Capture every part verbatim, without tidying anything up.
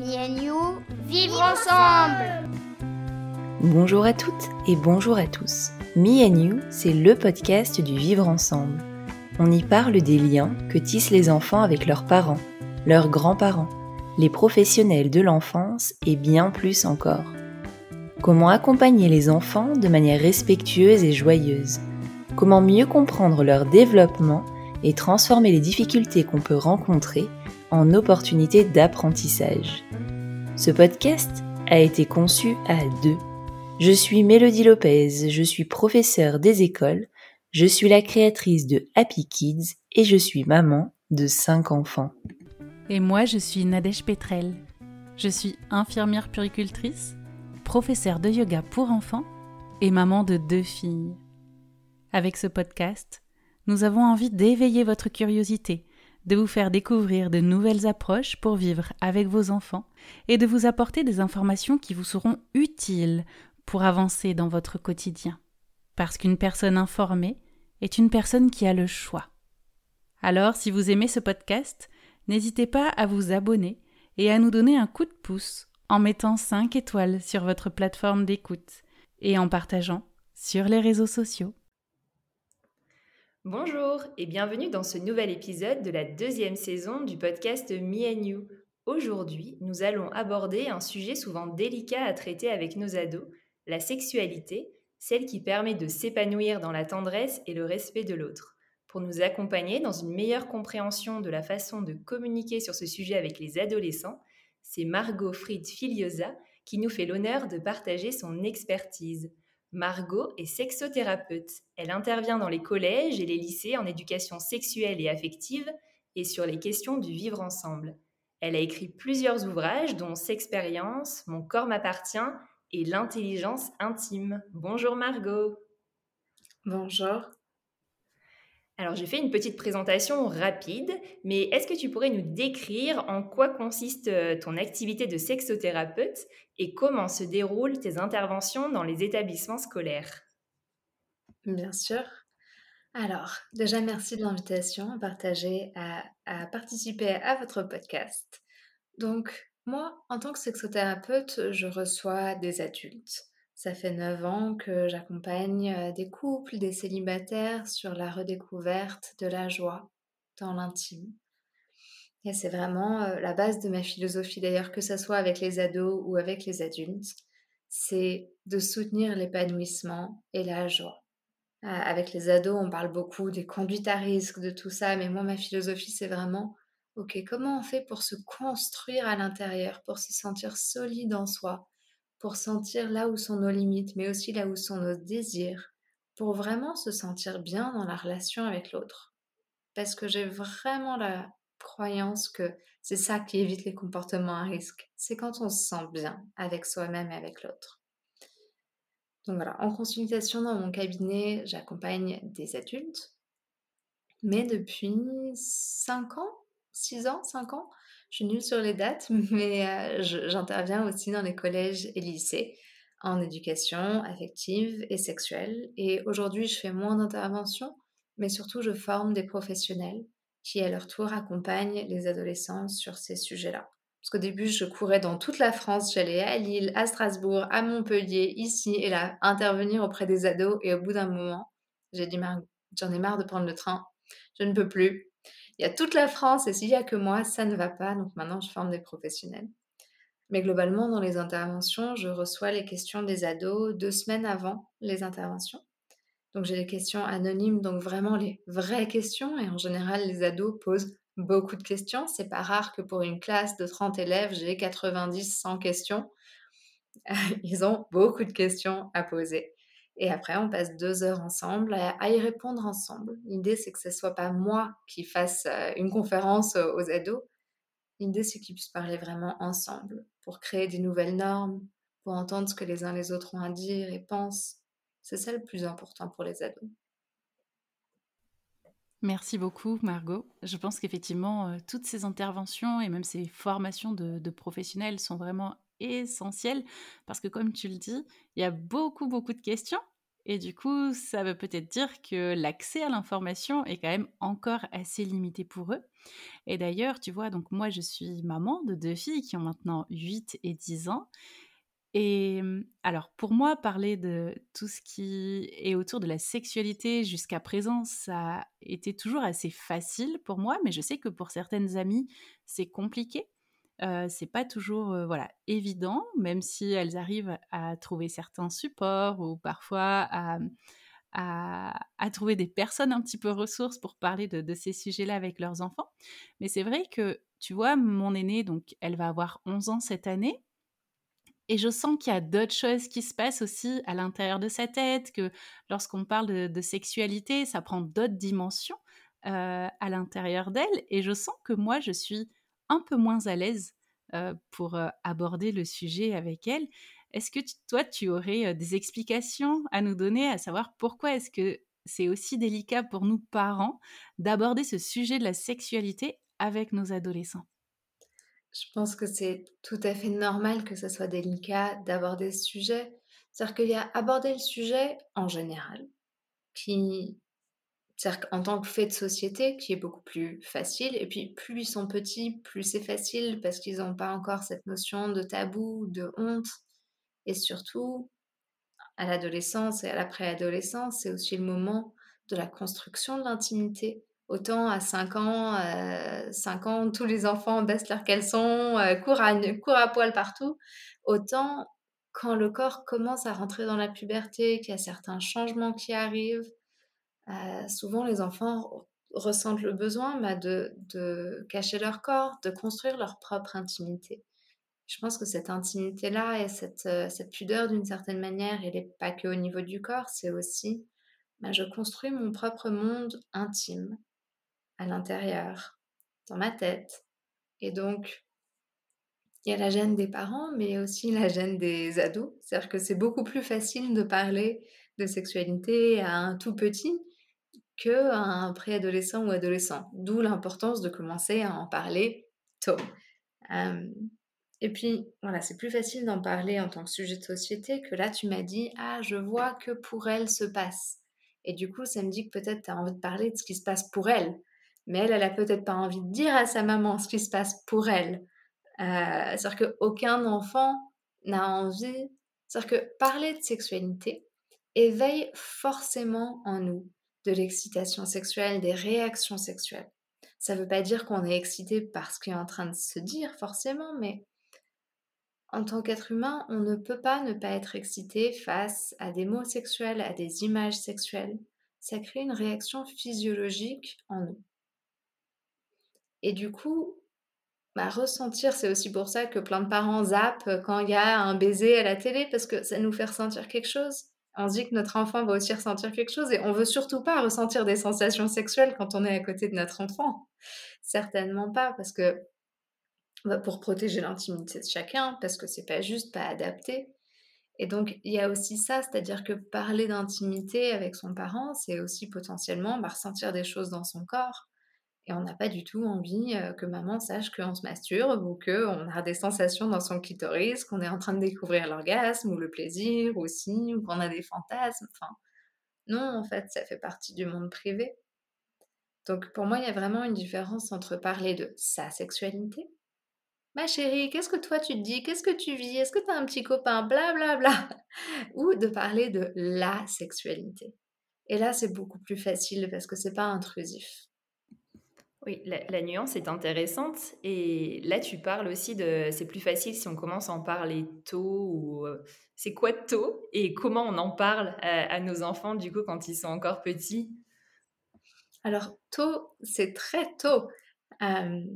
Me and You, vivre ensemble. Bonjour à toutes et bonjour à tous. Me and You, c'est le podcast du vivre ensemble. On y parle des liens que tissent les enfants avec leurs parents, leurs grands-parents, les professionnels de l'enfance et bien plus encore. Comment accompagner les enfants de manière respectueuse et joyeuse? Comment mieux comprendre leur développement et transformer les difficultés qu'on peut rencontrer en opportunités d'apprentissage? Ce podcast a été conçu à deux. Je suis Mélodie Lopez, je suis professeure des écoles, je suis la créatrice de Happy Kids et je suis maman de cinq enfants. Et moi, je suis Nadège Petrel. Je suis infirmière puéricultrice, professeure de yoga pour enfants et maman de deux filles. Avec ce podcast, nous avons envie d'éveiller votre curiosité, de vous faire découvrir de nouvelles approches pour vivre avec vos enfants et de vous apporter des informations qui vous seront utiles pour avancer dans votre quotidien. Parce qu'une personne informée est une personne qui a le choix. Alors, si vous aimez ce podcast, n'hésitez pas à vous abonner et à nous donner un coup de pouce en mettant cinq étoiles sur votre plateforme d'écoute et en partageant sur les réseaux sociaux. Bonjour et bienvenue dans ce nouvel épisode de la deuxième saison du podcast Me and You. Aujourd'hui, nous allons aborder un sujet souvent délicat à traiter avec nos ados, la sexualité, celle qui permet de s'épanouir dans la tendresse et le respect de l'autre. Pour nous accompagner dans une meilleure compréhension de la façon de communiquer sur ce sujet avec les adolescents, c'est Margot Fried-Filiosa qui nous fait l'honneur de partager son expertise. Margot est sexothérapeute. Elle intervient dans les collèges et les lycées en éducation sexuelle et affective et sur les questions du vivre ensemble. Elle a écrit plusieurs ouvrages dont Sexpérience, Mon corps m'appartient et L'intelligence intime. Bonjour Margot. Bonjour. Alors j'ai fait une petite présentation rapide, mais est-ce que tu pourrais nous décrire en quoi consiste ton activité de sexothérapeute et comment se déroulent tes interventions dans les établissements scolaires? Bien sûr. Alors, déjà, merci de l'invitation à partager, à, à participer à votre podcast. Donc, moi, en tant que sexothérapeute, je reçois des adultes. Ça fait neuf ans que j'accompagne des couples, des célibataires sur la redécouverte de la joie dans l'intime. Et c'est vraiment euh, la base de ma philosophie d'ailleurs, que ce soit avec les ados ou avec les adultes, c'est de soutenir l'épanouissement et la joie. Euh, avec les ados, on parle beaucoup des conduites à risque, de tout ça, mais moi, ma philosophie, c'est vraiment, ok, comment on fait pour se construire à l'intérieur, pour se sentir solide en soi, pour sentir là où sont nos limites, mais aussi là où sont nos désirs, pour vraiment se sentir bien dans la relation avec l'autre. Parce que j'ai vraiment la croyance que c'est ça qui évite les comportements à risque. C'est quand on se sent bien avec soi-même et avec l'autre. Donc voilà, en consultation dans mon cabinet, j'accompagne des adultes, mais depuis cinq ans, six ans, cinq ans, je suis nulle sur les dates, mais euh, je- j'interviens aussi dans les collèges et lycées en éducation affective et sexuelle. Et aujourd'hui, je fais moins d'interventions, mais surtout, je forme des professionnels qui, à leur tour, accompagnent les adolescents sur ces sujets-là. Parce qu'au début, je courais dans toute la France, j'allais à Lille, à Strasbourg, à Montpellier, ici et là, intervenir auprès des ados. Et au bout d'un moment, j'ai dit, Mar- j'en ai marre de prendre le train, je ne peux plus. Il y a toute la France et s'il n'y a que moi, ça ne va pas. Donc maintenant, je forme des professionnels. Mais globalement, dans les interventions, je reçois les questions des ados deux semaines avant les interventions. Donc j'ai des questions anonymes, donc vraiment les vraies questions. Et en général, les ados posent beaucoup de questions. C'est pas rare que pour une classe de trente élèves, j'ai quatre-vingt-dix, cent questions. Ils ont beaucoup de questions à poser. Et après, on passe deux heures ensemble à, à y répondre ensemble. L'idée, c'est que ce ne soit pas moi qui fasse euh, une conférence euh, aux ados. L'idée, c'est qu'ils puissent parler vraiment ensemble pour créer des nouvelles normes, pour entendre ce que les uns les autres ont à dire et pensent. C'est ça le plus important pour les ados. Merci beaucoup Margot. Je pense qu'effectivement, euh, toutes ces interventions et même ces formations de, de professionnels sont vraiment essentielles parce que comme tu le dis, il y a beaucoup beaucoup de questions Et du coup, ça veut peut-être dire que l'accès à l'information est quand même encore assez limité pour eux. Et d'ailleurs, tu vois, donc moi, je suis maman de deux filles qui ont maintenant huit et dix ans. Et mmh, alors pour moi, parler de tout ce qui est autour de la sexualité jusqu'à présent, ça a été toujours assez facile pour moi, mais je sais que pour certaines amies, c'est compliqué. Heu, c'est pas toujours, heu, voilà, évident, même si elles arrivent à trouver certains supports ou parfois à, mmh, à à trouver des personnes un petit peu ressources pour parler de de ces sujets-là avec leurs enfants. Mais c'est vrai que, tu vois, mon aînée, donc elle va avoir onze ans cette année et je sens qu'il y a d'autres choses qui se passent aussi à l'intérieur de sa tête, que lorsqu'on parle de, de sexualité, ça prend d'autres dimensions euh, à l'intérieur d'elle. Et je sens que moi, je suis un peu moins à l'aise euh, pour euh, aborder le sujet avec elle. Est-ce que tu- toi, tu aurais euh, des explications à nous donner, à savoir pourquoi est-ce que c'est aussi délicat pour nous parents d'aborder ce sujet de la sexualité avec nos adolescents? Je pense que c'est tout à fait normal que ça soit délicat d'aborder ce sujet. C'est-à-dire qu'il y a aborder le sujet en général, qui c'est-à-dire qu'en tant que fait de société, qui est beaucoup plus facile et puis plus ils sont petits, plus c'est facile parce qu'ils ont pas encore cette notion de tabou, de honte et surtout, à l'adolescence et à la préadolescence, c'est aussi le moment de la construction de l'intimité. Autant à cinq ans, heu, cinq ans, tous les enfants baissent leurs caleçons, heu, courent à nu courent à poil partout. Autant quand le corps commence à rentrer dans la puberté, qu'il y a certains changements qui arrivent, heu, souvent les enfants re ressentent le besoin, bah, de de cacher leur corps, de construire leur propre intimité. Je pense que cette intimité-là et cette, heu, cette pudeur d'une certaine manière, elle est pas qu'au niveau du corps, c'est aussi, bah, je construis mon propre monde intime à l'intérieur, dans ma tête et donc il y a la gêne des parents, mais aussi la gêne des ados. C'est-à-dire que c'est beaucoup plus facile de parler de sexualité à un tout petit qu'à un préadolescent ou adolescent. D'où l'importance de commencer à en parler tôt. Hem Et puis, voilà, c'est plus facile d'en parler en tant que sujet de société que là, tu m'as dit: «Ah, je vois que pour elle se passe» et du coup, ça me dit que peut-être tu as envie de parler de ce qui se passe pour elle. Mais elle, elle a peut-être pas envie de dire à sa maman ce qui se passe pour elle. Heu, c'est-à-dire qu'aucun enfant n'a envie c'est-à-dire que parler de sexualité éveille forcément en nous de l'excitation sexuelle, des réactions sexuelles. Ça veut pas dire qu'on est excité par ce qui est en train de se dire forcément, mais en tant qu'être humain, on ne peut pas ne pas être excité face à des mots sexuels, à des images sexuelles. Ça crée une réaction physiologique en nous. Et du coup, bah, ressentir, c'est aussi pour ça que plein de parents zappent quand il y a un baiser à la télé, parce que ça nous fait ressentir quelque chose. On se dit que notre enfant va aussi ressentir quelque chose et on veut surtout pas ressentir des sensations sexuelles quand on est à côté de notre enfant. Certainement pas, parce que bah, pour protéger l'intimité de chacun, parce que c'est pas juste, pas adapté. Et donc, il y a aussi ça, c'est-à-dire que parler d'intimité avec son parent, c'est aussi potentiellement, bah, ressentir des choses dans son corps et on n'a pas du tout envie, heu, que maman sache qu'on se masturbe ou qu'on a des sensations dans son clitoris, qu'on est en train de découvrir l'orgasme ou le plaisir aussi, ou qu'on a des fantasmes, enfin, non, en fait, ça fait partie du monde privé. Donc pour moi, il y a vraiment une différence entre parler de sa sexualité: «Ma chérie, qu'est-ce que toi tu te dis? Qu'est-ce que tu vis? Est-ce que tu as un petit copain? Bla bla bla» ou de parler de la sexualité. Et là, c'est beaucoup plus facile parce que c'est pas intrusif. Oui, la, la nuance est intéressante. Et là, tu parles aussi de... C'est plus facile si on commence à en parler tôt ou... euh, c'est quoi tôt et comment on en parle à, à nos enfants, du coup, quand ils sont encore petits? Alors tôt, c'est très tôt, hem,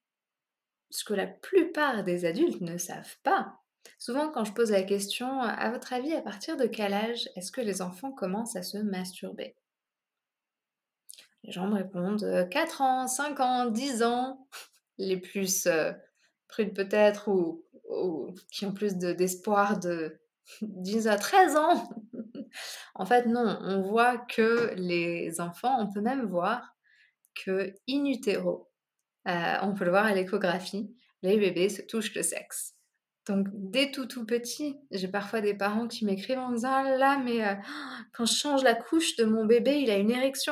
ce que la plupart des adultes ne savent pas. Souvent, quand je pose la question: «À votre avis, à partir de quel âge est-ce que les enfants commencent à se masturber?» Les gens me répondent, heu: quatre ans, cinq ans, dix ans. Les plus, heu, prudes peut-être ou ou qui ont plus de d'espoir de disent à treize ans. En fait, non, on voit que les enfants on peut même voir que in utero, heu, on peut le voir à l'échographie, les bébés se touchent le sexe. Donc dès tout, tout petit, j'ai parfois des parents qui m'écrivent en me disant: «Ah là là, mais heu, quand je change la couche de mon bébé, il a une érection».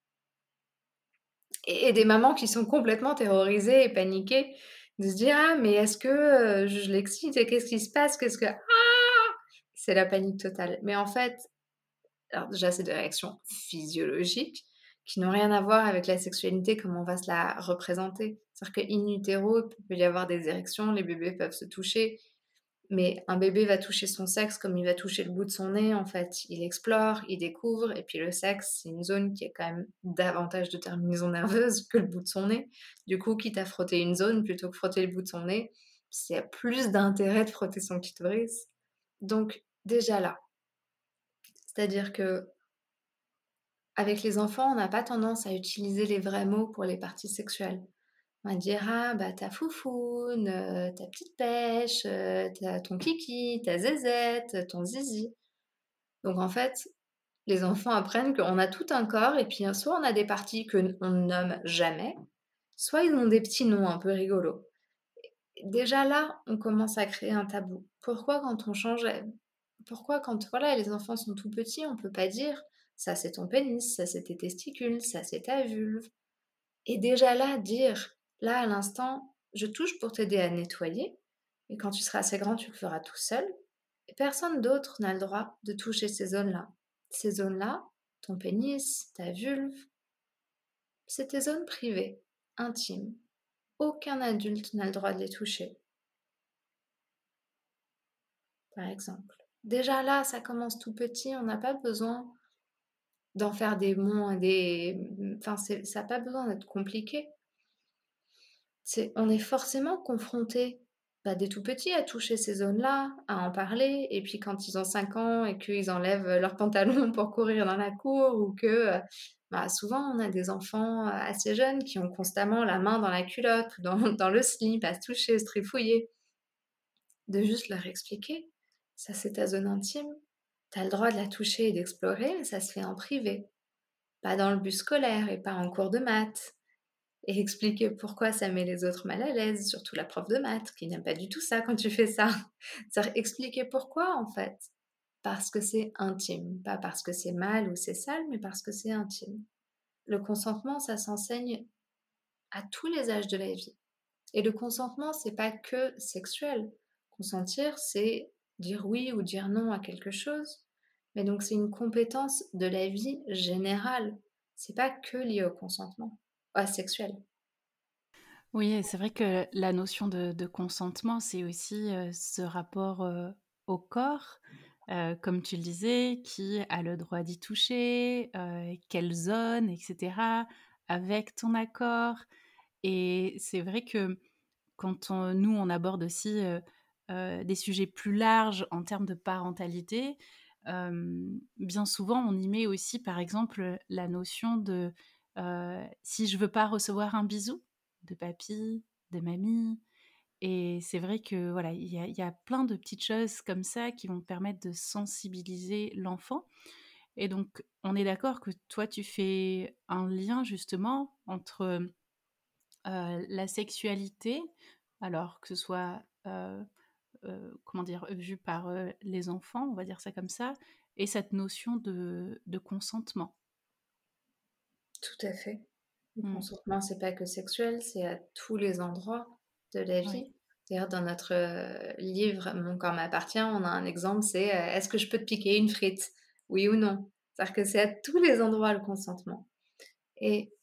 Et et des mamans qui sont complètement terrorisées et paniquées, de se dire: «Ah mais est-ce que, heu, je l'excite et qu'est-ce qui se passe? Qu'est-ce que ah!» C'est la panique totale. Mais en fait, alors déjà, c'est des réactions physiologiques qui n'ont rien à voir avec la sexualité, comme on va se la représenter. C'est-à-dire qu'in utero, il peut y avoir des érections, les bébés peuvent se toucher, mais un bébé va toucher son sexe comme il va toucher le bout de son nez, en fait. Il explore, il découvre, et puis le sexe, c'est une zone qui a quand même davantage de terminaisons nerveuses que le bout de son nez. Du coup, quitte à frotter une zone plutôt que frotter le bout de son nez, s'il y a plus d'intérêt de frotter son clitoris. Donc, déjà là, c'est-à-dire que avec les enfants, on n'a pas tendance à utiliser les vrais mots pour les parties sexuelles. On va dire: «Ah bah ta foufoune, heu, ta petite pêche, heu, ta ton kiki, ta zézette, ton zizi». Donc en fait, les enfants apprennent qu'on a tout un corps et puis, heu, soit on a des parties que n on ne nomme jamais, soit ils ont des petits noms un peu rigolos. Déjà là, on commence à créer un tabou. Pourquoi quand on change, heu, pourquoi quand, voilà, les enfants sont tout petits, on peut pas dire: «Ça c'est ton pénis, ça c'est tes testicules, ça c'est ta vulve». Et déjà là, dire: «Là, à l'instant, je touche pour t'aider à nettoyer et quand tu seras assez grand, tu le feras tout seul» et personne d'autre n'a le droit de toucher ces zones-là. Ces zones-là, ton pénis, ta vulve, c'est tes zones privées, intimes. Aucun adulte n'a le droit de les toucher, par exemple. Déjà là, ça commence tout petit, on n'a pas besoin d'en faire des mon des enfin, c'est ça a pas besoin d'être compliqué. C'est on est forcément confronté, bah, dès tout petit à toucher ces zones-là, à en parler et puis quand ils ont cinq ans et qu'ils enlèvent, heu, leurs pantalons pour courir dans la cour ou que, heu, bah, souvent on a des enfants, heu, assez jeunes qui ont constamment la main dans la culotte ou dans dans le slip à se toucher, se trifouiller. De juste leur expliquer: «Ça, c'est ta zone intime, tu as le droit de la toucher et d'explorer, mais ça se fait en privé, pas dans le bus scolaire et pas en cours de maths». Et expliquer pourquoi ça met les autres mal à l'aise, surtout la prof de maths qui n'aime pas du tout ça quand tu fais ça. C'est-à-dire expliquer pourquoi en fait. Parce que c'est intime, pas parce que c'est mal ou c'est sale, mais parce que c'est intime. Le consentement, ça s'enseigne à tous les âges de la vie. Et le consentement, c'est pas que sexuel. Consentir, c'est dire oui ou dire non à quelque chose. Mais donc c'est une compétence de la vie générale. C'est pas que lié au consentement, asexuel. Oui, et c'est vrai que la notion de, de consentement, c'est aussi euh, ce rapport euh, au corps, euh, comme tu le disais, qui a le droit d'y toucher, euh, quelle zone, et cetera, avec ton accord. Et c'est vrai que quand on- nous, on aborde aussi euh, euh, des sujets plus larges en termes de parentalité, euh, bien souvent, on y met aussi, par exemple, la notion de euh, si je veux pas recevoir un bisou de papy, de mamie. Et c'est vrai que voilà, il y a, il y a plein de petites choses comme ça qui vont permettre de sensibiliser l'enfant. Et donc, on est d'accord que toi, tu fais un lien justement entre euh, la sexualité, alors que ce soit, euh, euh, comment dire, vu par euh, les enfants, on va dire ça comme ça, et cette notion de, de consentement. Tout à fait. Le Mm. consentement, c'est pas que sexuel, c'est à tous les endroits de la Oui. vie. D'ailleurs, dans notre euh, livre Mon corps m'appartient, on a un exemple, c'est euh, est-ce que je peux te piquer une frite? Oui ou non? C'est-à-dire que c'est à tous les endroits le consentement. Et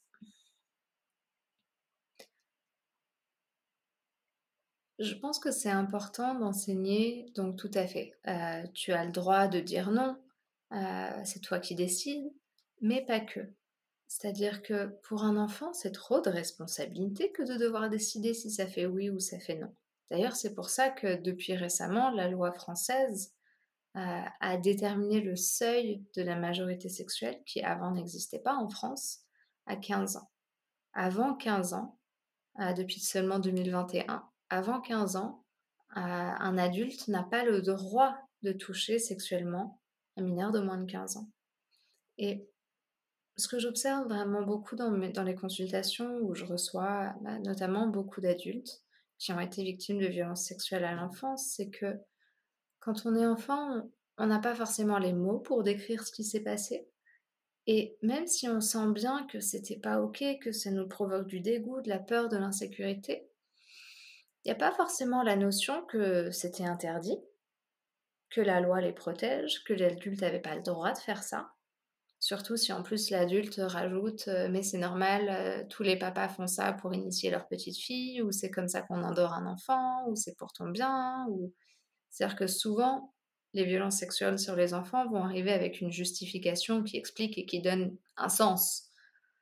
je pense que c'est important d'enseigner, donc tout à fait. Euh, tu as le droit de dire non, euh, c'est toi qui décides, mais pas que. C'est-à-dire que pour un enfant, c'est trop de responsabilité que de devoir décider si ça fait oui ou ça fait non. D'ailleurs, c'est pour ça que depuis récemment, la loi française euh, a déterminé le seuil de la majorité sexuelle, qui avant n'existait pas en France, à quinze ans. Avant quinze ans, euh, depuis seulement deux mille vingt et un, avant quinze ans, euh, un adulte n'a pas le droit de toucher sexuellement un mineur de moins de quinze ans. Et ce que j'observe vraiment beaucoup dans, mes- dans les consultations où je reçois bah, notamment beaucoup d'adultes qui ont été victimes de violences sexuelles à l'enfance, c'est que quand on est enfant, on n'a pas forcément les mots pour décrire ce qui s'est passé. Et même si on sent bien que c'était pas OK, que ça nous provoque du dégoût, de la peur, de l'insécurité, il n'y a pas forcément la notion que c'était interdit, que la loi les protège, que l'adulte n'avait pas le droit de faire ça. Surtout si en plus l'adulte rajoute euh, mais c'est normal, euh, tous les papas font ça pour initier leur petite fille, ou c'est comme ça qu'on endort un enfant, ou c'est pour ton bien, ou c'est-à-dire que souvent les violences sexuelles sur les enfants vont arriver avec une justification qui explique et qui donne un sens.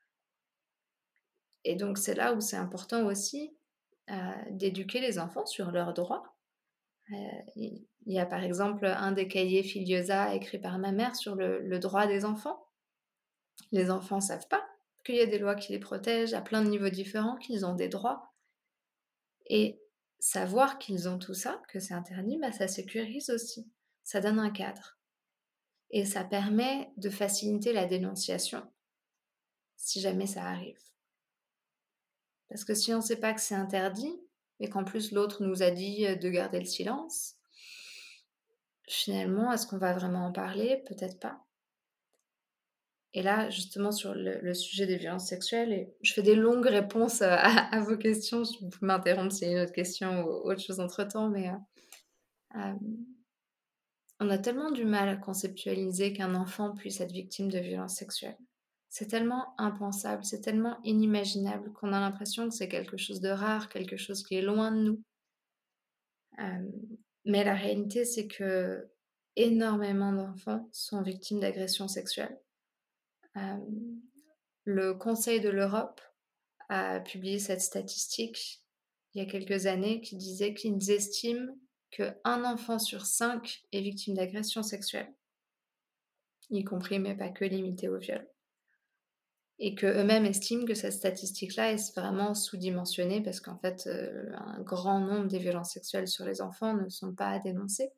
Et donc c'est là où c'est important aussi euh, d'éduquer les enfants sur leurs droits. Euh, Il y a par exemple un des cahiers Filiosa écrit par ma mère sur le, le droit des enfants. Les enfants ne savent pas qu'il y a des lois qui les protègent à plein de niveaux différents, qu'ils ont des droits. Et savoir qu'ils ont tout ça, que c'est interdit, bah, ça sécurise aussi. Ça donne un cadre. Et ça permet de faciliter la dénonciation si jamais ça arrive. Parce que si on ne sait pas que c'est interdit, et qu'en plus l'autre nous a dit de garder le silence, finalement, est-ce qu'on va vraiment en parler? Peut-être pas. Et là, justement, sur le, le sujet des violences sexuelles, et je fais des longues réponses à, à vos questions. Vous pouvez m'interrompre s'il y a une autre question ou autre chose entre-temps, mais euh, euh, on a tellement du mal à conceptualiser qu'un enfant puisse être victime de violences sexuelles. C'est tellement impensable, c'est tellement inimaginable qu'on a l'impression que c'est quelque chose de rare, quelque chose qui est loin de nous. Euh, mais la réalité, c'est que énormément d'enfants sont victimes d'agressions sexuelles. Euh, le Conseil de l'Europe a publié cette statistique il y a quelques années qui disait qu'ils estiment qu'un enfant sur cinq est victime d'agression sexuelle, y compris mais pas que limité au viol. Et qu'eux-mêmes estiment que cette statistique-là est vraiment sous-dimensionnée parce qu'en fait, euh, un grand nombre des violences sexuelles sur les enfants ne sont pas dénoncées.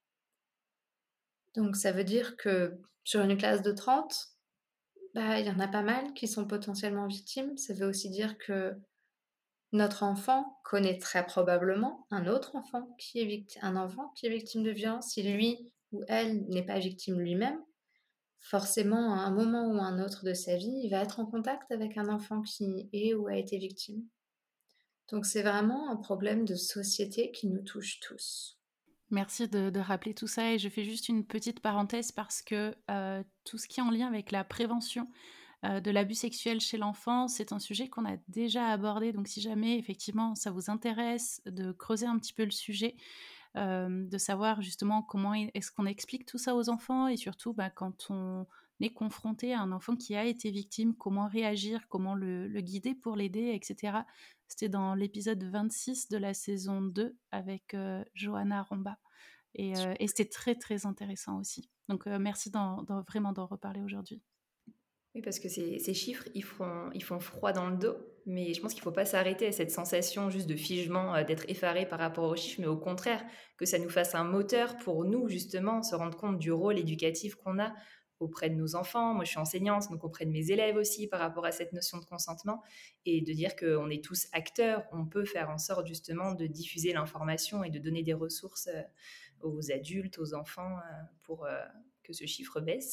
Donc ça veut dire que sur une classe de trente, bah, il y en a pas mal qui sont potentiellement victimes. Ça veut aussi dire que notre enfant connaît très probablement un autre enfant qui est victime, un enfant qui est victime de violence. Si lui ou elle n'est pas victime lui-même, forcément, à un moment ou à un autre de sa vie, il va être en contact avec un enfant qui est ou a été victime. Donc c'est vraiment un problème de société qui nous touche tous. Merci de, de rappeler tout ça, et je fais juste une petite parenthèse parce que euh, tout ce qui est en lien avec la prévention euh, de l'abus sexuel chez l'enfant, c'est un sujet qu'on a déjà abordé, donc si jamais effectivement ça vous intéresse de creuser un petit peu le sujet, euh, de savoir justement comment est-ce qu'on explique tout ça aux enfants, et surtout bah, quand on est confronté à un enfant qui a été victime, comment réagir, comment le, le guider pour l'aider, et cetera. C'était dans l'épisode vingt-six de la saison deux avec euh, Johanna Romba. Et, euh, et c'était très, très intéressant aussi. Donc, euh, merci d'en, d'en, vraiment d'en reparler aujourd'hui. Oui, parce que ces, ces chiffres, ils font, ils font froid dans le dos, mais je pense qu'il ne faut pas s'arrêter à cette sensation juste de figement, euh, d'être effaré par rapport aux chiffres, mais au contraire, que ça nous fasse un moteur pour nous, justement, se rendre compte du rôle éducatif qu'on a auprès de nos enfants. Moi, je suis enseignante, donc auprès de mes élèves aussi, par rapport à cette notion de consentement, et de dire qu'on est tous acteurs, on peut faire en sorte, justement, de diffuser l'information et de donner des ressources euh, aux adultes, aux enfants, euh, pour euh, que ce chiffre baisse.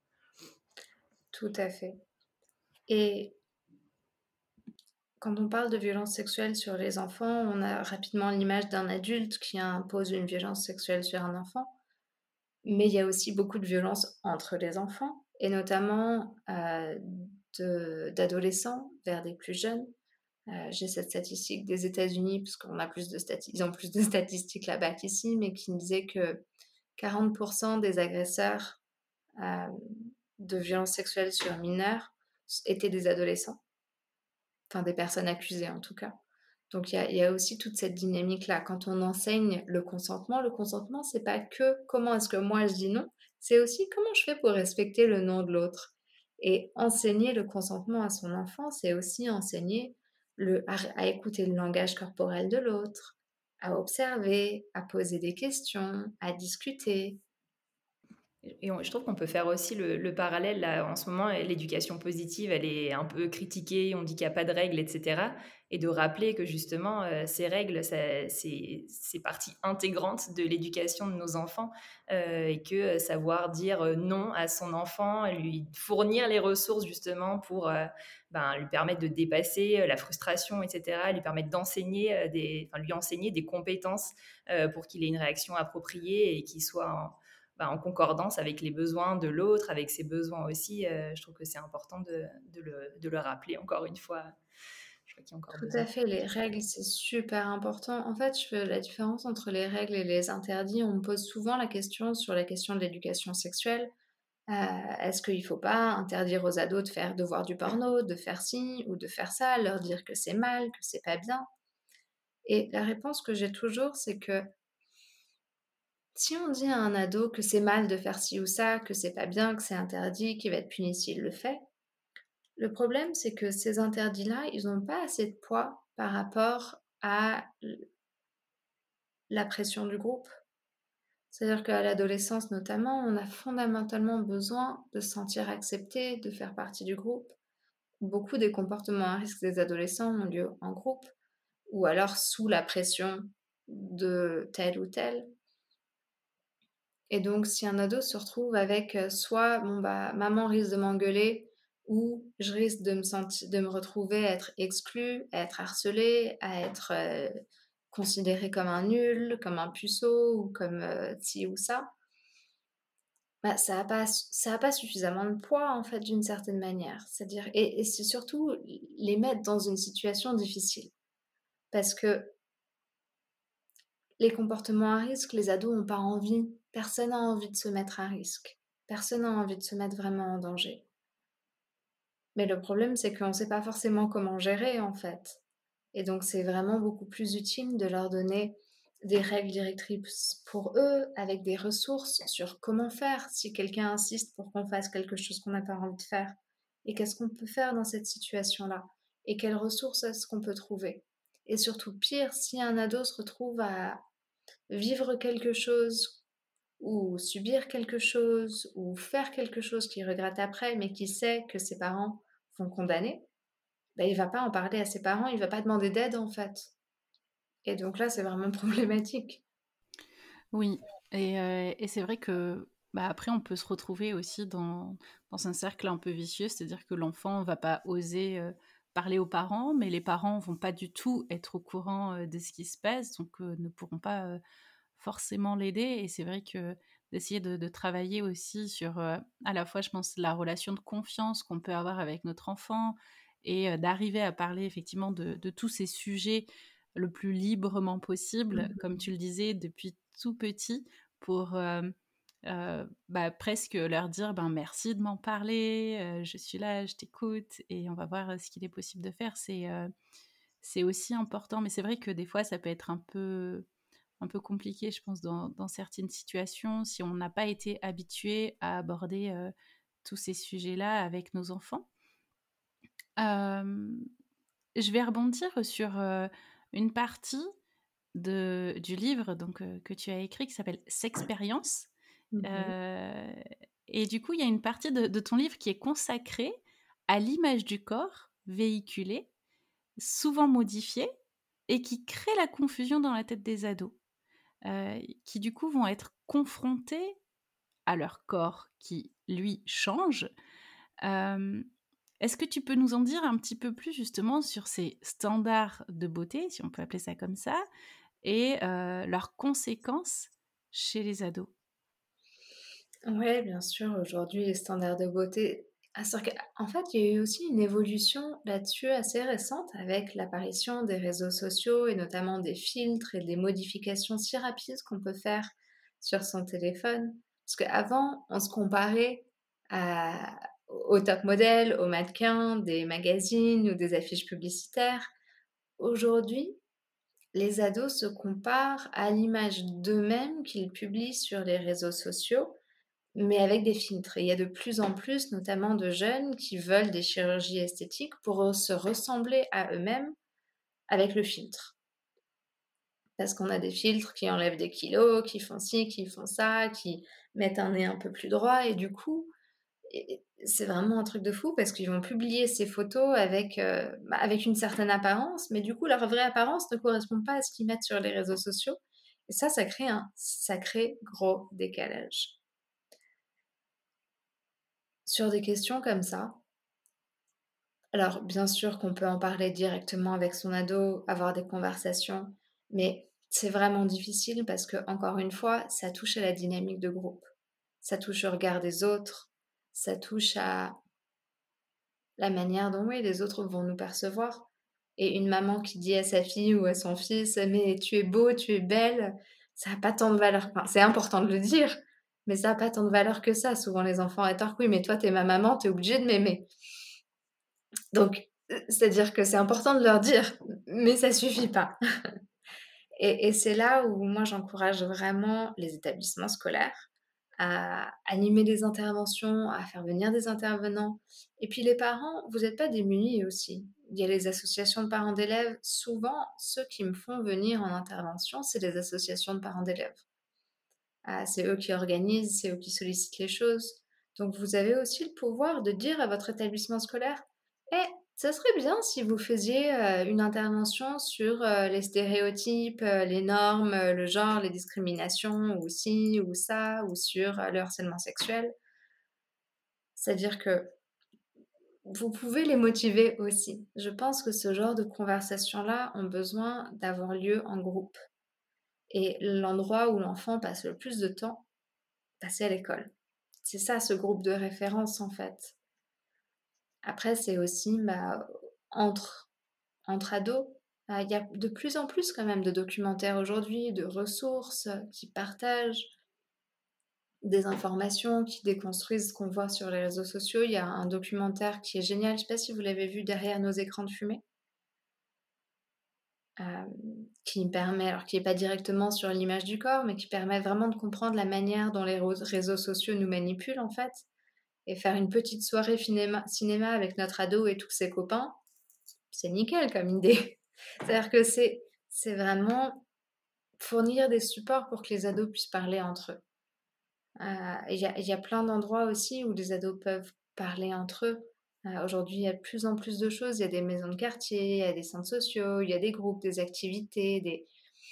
Tout à fait. Et quand on parle de violence sexuelle sur les enfants, on a rapidement l'image d'un adulte qui impose une violence sexuelle sur un enfant. Mais il y a aussi beaucoup de violence entre les enfants, et notamment euh, de, d'adolescents vers des plus jeunes. Euh, j'ai cette statistique des États-Unis, parce qu'on a plus de stati- ils ont plus de statistiques là-bas qu'ici, mais qui me disait que quarante pour cent des agresseurs euh, de violences sexuelles sur mineurs étaient des adolescents. Enfin, des personnes accusées en tout cas. Donc il y, y a aussi toute cette dynamique-là. Quand on enseigne le consentement, le consentement, c'est pas que comment est-ce que moi je dis non, c'est aussi comment je fais pour respecter le non de l'autre. Et enseigner le consentement à son enfant, c'est aussi enseigner le, à, à écouter le langage corporel de l'autre, à observer, à poser des questions, à discuter. Et on, je trouve qu'on peut faire aussi le, le parallèle. Là, en ce moment, l'éducation positive, elle est un peu critiquée, on dit qu'il n'y a pas de règles, et cetera. et de rappeler que justement, euh, ces règles, ça, c'est, c'est partie intégrante de l'éducation de nos enfants, euh, et que euh, savoir dire euh, non à son enfant, lui fournir les ressources justement pour euh, ben, lui permettre de dépasser euh, la frustration, et cetera, lui permettre d'enseigner, euh, des, enfin, lui enseigner des compétences euh, pour qu'il ait une réaction appropriée et qu'il soit en, ben, en concordance avec les besoins de l'autre, avec ses besoins aussi. Euh, je trouve que c'est important de, de, le, de le rappeler encore une fois. Je crois qu'il y a encore Tout besoin. à fait, les règles, c'est super important. En fait, je fais la différence entre les règles et les interdits. On me pose souvent la question sur la question de l'éducation sexuelle. Euh, est-ce qu'il ne faut pas interdire aux ados de faire, de voir du porno, de faire ci ou de faire ça, leur dire que c'est mal, que c'est pas bien? Et la réponse que j'ai toujours, c'est que si on dit à un ado que c'est mal de faire ci ou ça, que c'est pas bien, que c'est interdit, qu'il va être puni s'il le fait, le problème, c'est que ces interdits-là, ils n'ont pas assez de poids par rapport à la pression du groupe. C'est-à-dire qu'à l'adolescence notamment, on a fondamentalement besoin de se sentir accepté, de faire partie du groupe. Beaucoup des comportements à risque des adolescents ont lieu en groupe, ou alors sous la pression de tel ou tel. Et donc, si un ado se retrouve avec euh, soit bon bah maman risque de m'engueuler, ou je risque de me sentir, de me retrouver à être exclue, à être harcelée, à être euh, considérée comme un nul, comme un puceau ou comme euh, ci ou ça, bah ça a pas ça a pas suffisamment de poids en fait d'une certaine manière. C'est-à-dire et, et c'est surtout les mettre dans une situation difficile parce que les comportements à risque, les ados n'ont pas envie. Personne n'a envie de se mettre à risque. Personne n'a envie de se mettre vraiment en danger. Mais le problème, c'est qu'on ne sait pas forcément comment gérer, en fait. Et donc, c'est vraiment beaucoup plus utile de leur donner des règles directrices pour eux, avec des ressources sur comment faire si quelqu'un insiste pour qu'on fasse quelque chose qu'on n'a pas envie de faire. Et qu'est-ce qu'on peut faire dans cette situation-là? Et quelles ressources est-ce qu'on peut trouver? Et surtout, pire, si un ado se retrouve à vivre quelque chose ou subir quelque chose ou faire quelque chose qu'il regrette après, mais qui sait que ses parents vont condamner, ben, il va pas en parler à ses parents, il va pas demander d'aide en fait. Et donc là, c'est vraiment problématique. Oui, et, euh, et c'est vrai que bah, après, on peut se retrouver aussi dans, dans un cercle un peu vicieux, c'est-à-dire que l'enfant va pas oser euh, parler aux parents, mais les parents vont pas du tout être au courant euh, de ce qui se passe, donc euh, ne pourront pas euh, forcément l'aider. Et c'est vrai que d'essayer de, de travailler aussi sur, euh, à la fois, je pense, la relation de confiance qu'on peut avoir avec notre enfant et euh, d'arriver à parler effectivement de, de tous ces sujets le plus librement possible, Mhm. comme tu le disais, depuis tout petit, pour euh, euh, bah, presque leur dire ben, merci de m'en parler, euh, je suis là, je t'écoute, et on va voir euh, ce qu'il est possible de faire. C'est, euh, c'est aussi important, mais c'est vrai que des fois, ça peut être un peu, un peu compliqué, je pense, dans, dans certaines situations, si on n'a pas été habitué à aborder euh, tous ces sujets-là avec nos enfants. Euh, je vais rebondir sur euh, une partie de, du livre donc, euh, que tu as écrit qui s'appelle Sexpérience. Mhm. Euh, et du coup, il y a une partie de, de ton livre qui est consacrée à l'image du corps véhiculée, souvent modifiée, et qui crée la confusion dans la tête des ados, euh, qui du coup vont être confrontés à leur corps qui, lui, change. Euh, Est-ce que tu peux nous en dire un petit peu plus justement sur ces standards de beauté, si on peut appeler ça comme ça, et euh, leurs conséquences chez les ados? Ouais, bien sûr, aujourd'hui, les standards de beauté. Ah, c'est vrai qu'en fait, il y a eu aussi une évolution là-dessus assez récente avec l'apparition des réseaux sociaux et notamment des filtres et des modifications si rapides qu'on peut faire sur son téléphone. Parce qu'avant, on se comparait à- au top modèle, aux mannequins des magazines ou des affiches publicitaires. Aujourd'hui, les ados se comparent à l'image d'eux-mêmes qu'ils publient sur les réseaux sociaux, mais avec des filtres. Et il y a de plus en plus, notamment de jeunes, qui veulent des chirurgies esthétiques pour se ressembler à eux-mêmes avec le filtre. Parce qu'on a des filtres qui enlèvent des kilos, qui font ci, qui font ça, qui mettent un nez un peu plus droit. Et du coup, et et c'est vraiment un truc de fou parce qu'ils vont publier ces photos avec, heu, bah, avec une certaine apparence, mais du coup, leur vraie apparence ne correspond pas à ce qu'ils mettent sur les réseaux sociaux et ça, ça crée un sacré gros décalage. Sur des questions comme ça, alors bien sûr qu'on peut en parler directement avec son ado, avoir des conversations, mais c'est vraiment difficile parce que encore une fois, ça touche à la dynamique de groupe. Ça touche au regard des autres, ça touche à la manière dont, oui, les autres vont nous percevoir. Et une maman qui dit à sa fille ou à son fils: «Mais tu es beau, tu es belle», ça a pas tant de valeur, enfin, c'est important de le dire, mais ça a pas tant de valeur que ça. Souvent les enfants rétorquent: «Oui, mais toi, tu es ma maman, tu es obligée de m'aimer». Donc, heu, c'est-à-dire que c'est important de leur dire, mais ça suffit pas. Et et c'est là où moi j'encourage vraiment les établissements scolaires à animer des interventions, à faire venir des intervenants. Et puis les parents, vous n'êtes pas démunis aussi. Il y a les associations de parents d'élèves. Souvent, ceux qui me font venir en intervention, c'est les associations de parents d'élèves. Ah, c'est eux qui organisent, c'est eux qui sollicitent les choses. Donc vous avez aussi le pouvoir de dire à votre établissement scolaire: «Eh, ça serait bien si vous faisiez, heu, une intervention sur, heu, les stéréotypes, heu, les normes, heu, le genre, les discriminations ou ci ou ça ou sur, heu, le harcèlement sexuel». C'est-à-dire que vous pouvez les motiver aussi. Je pense que ce genre de conversations-là ont besoin d'avoir lieu en groupe et l'endroit où l'enfant passe le plus de temps, bah, c'est à l'école. C'est ça, ce groupe de référence, en fait. Après, c'est aussi, bah, entre entre ados, heu, il y a de plus en plus quand même de documentaires aujourd'hui, de ressources, heu, qui partagent des informations, qui déconstruisent ce qu'on voit sur les réseaux sociaux. Il y a un documentaire qui est génial, je sais pas si vous l'avez vu, «Derrière nos écrans de fumée», hem, qui permet alors qui est pas directement sur l'image du corps, mais qui permet vraiment de comprendre la manière dont les ros réseaux sociaux nous manipulent, en fait. Et faire une petite soirée finéma cinéma avec notre ado et tous ses copains, c'est nickel comme idée. C'est-à-dire que c'est c'est vraiment fournir des supports pour que les ados puissent parler entre eux. Heu, il y a il y a plein d'endroits aussi où les ados peuvent parler entre eux. Heu, aujourd'hui, il y a de plus en plus de choses. Il y a des maisons de quartier, il y a des centres sociaux, il y a des groupes, des activités, des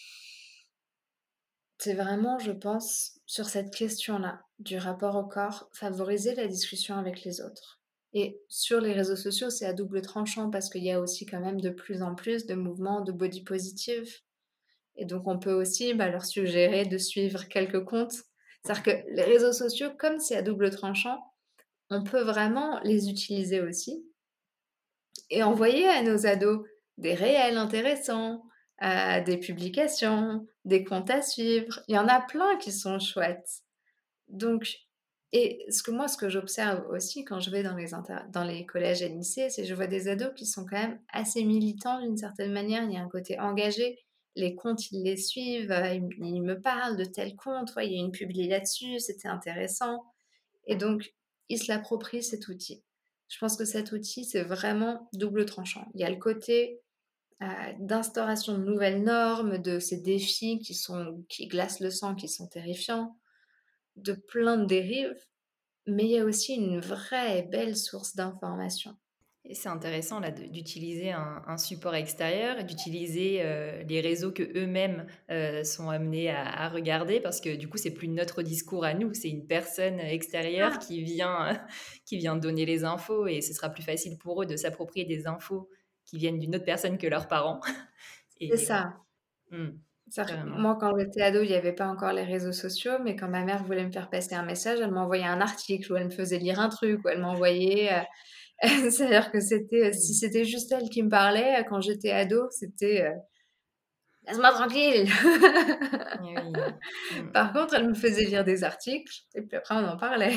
c'est vraiment, je pense, sur cette question-là, du rapport au corps, favoriser la discussion avec les autres. Et sur les réseaux sociaux, c'est à double tranchant parce qu'il y a aussi quand même de plus en plus de mouvements de body positive. Et donc on peut aussi, bah, leur suggérer de suivre quelques comptes. C'est-à-dire que les réseaux sociaux, comme c'est à double tranchant, on peut vraiment les utiliser aussi et envoyer à nos ados des réels intéressants, heu, des publications, des comptes à suivre. Il y en a plein qui sont chouettes. Donc et ce que moi, ce que j'observe aussi quand je vais dans les inter dans les collèges et lycées, c'est que je vois des ados qui sont quand même assez militants d'une certaine manière. Il y a un côté engagé. Les comptes, ils les suivent, heu, ils m ils me parlent de tel compte: «Ouais, il y a une publi là-dessus, c'était intéressant». Et donc, ils se l'approprient cet outil. Je pense que cet outil, c'est vraiment double tranchant. Il y a le côté, heu, d'instauration de nouvelles normes, de ces défis qui sont qui glacent le sang, qui sont terrifiants, de plein de dérives, mais il y a aussi une vraie et belle source d'information. Et c'est intéressant là de- d'utiliser un, un support extérieur et d'utiliser euh, les réseaux que eux-mêmes euh, sont amenés à, à regarder parce que du coup c'est plus notre discours à nous, c'est une personne extérieure Ah! qui vient qui vient donner les infos et ce sera plus facile pour eux de s'approprier des infos qui viennent d'une autre personne que leurs parents. C'est Et voilà. ça. Mm, C'est-à-dire que carrément. moi, quand j'étais ado, il y avait pas encore les réseaux sociaux, mais quand ma mère voulait me faire passer un message, elle m'envoyait un article ou elle me faisait lire un truc ou elle m'envoyait, heu c'est-à-dire que c'était, si Oui. c'était juste elle qui me parlait, quand j'étais ado, c'était, heu: «Laisse-moi tranquille!» Eh oui. Mm, Par contre, elle me faisait lire des articles et puis après on en parlait.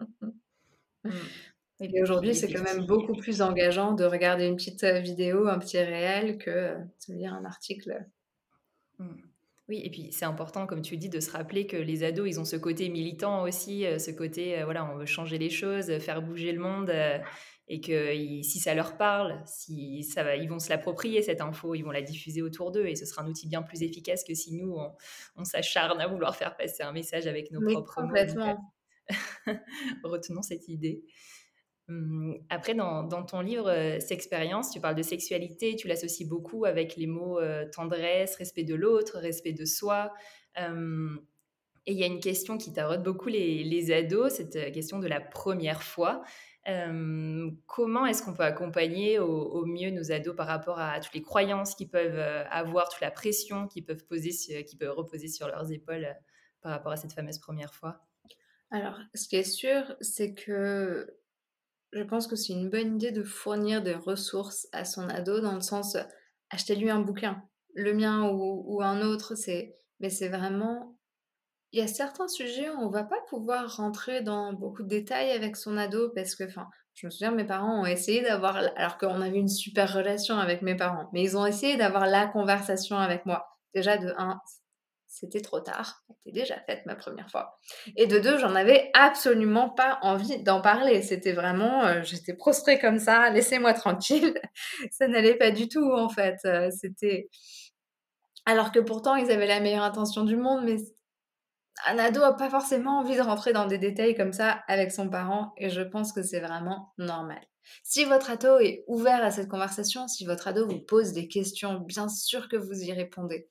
mm. Et Et aujourd'hui, puis, et c'est puis quand même qui, beaucoup plus engageant de regarder une petite, heu, vidéo, un petit réel que, heu, de lire un article. Mm. Oui, et puis c'est important, comme tu dis, de se rappeler que les ados, ils ont ce côté militant aussi, euh, ce côté, euh, voilà, on veut changer les choses, euh, faire bouger le monde, euh, et que ils- si ça leur parle, si ça va, ils vont se l'approprier, cette info, ils vont la diffuser autour d'eux, et ce sera un outil bien plus efficace que si nous, on, on s'acharne à vouloir faire passer un message avec nos Mais propres mots. Donc, euh, complètement. Retenons cette idée. Hum, Après, dans, dans ton livre euh, Sexpérience, tu parles de sexualité, tu l'associes beaucoup avec les mots euh, tendresse, respect de l'autre, respect de soi. Hum, et il y a une question qui taraude beaucoup les, les ados, cette euh, question de la première fois. Hum, comment est-ce qu'on peut accompagner au, au mieux nos ados par rapport à toutes les croyances qu'ils peuvent euh, avoir, toute la pression qu'ils peuvent, poser, sur- qu'ils peuvent reposer sur leurs épaules euh, par rapport à cette fameuse première fois? Alors, ce qui est sûr, c'est que je pense que c'est une bonne idée de fournir des ressources à son ado dans le sens, heu, achetez-lui un bouquin, le mien ou ou un autre, c'est mais c'est vraiment il y a certains sujets où on va pas pouvoir rentrer dans beaucoup de détails avec son ado parce que, enfin, je me souviens, mes parents ont essayé d'avoir l alors qu'on avait une super relation avec mes parents, mais ils ont essayé d'avoir la conversation avec moi. Déjà de un, c'était trop tard, c'était déjà faite ma première fois et de deux, j'en avais absolument pas envie d'en parler. C'était vraiment, heu, j'étais prostrée comme ça: «Laissez-moi tranquille». Ça n'allait pas du tout, en fait, heu, c'était alors que pourtant ils avaient la meilleure intention du monde, mais un ado a pas forcément envie de rentrer dans des détails comme ça avec son parent et je pense que c'est vraiment normal. Si votre ado est ouvert à cette conversation, si votre ado vous pose des questions, bien sûr que vous y répondez.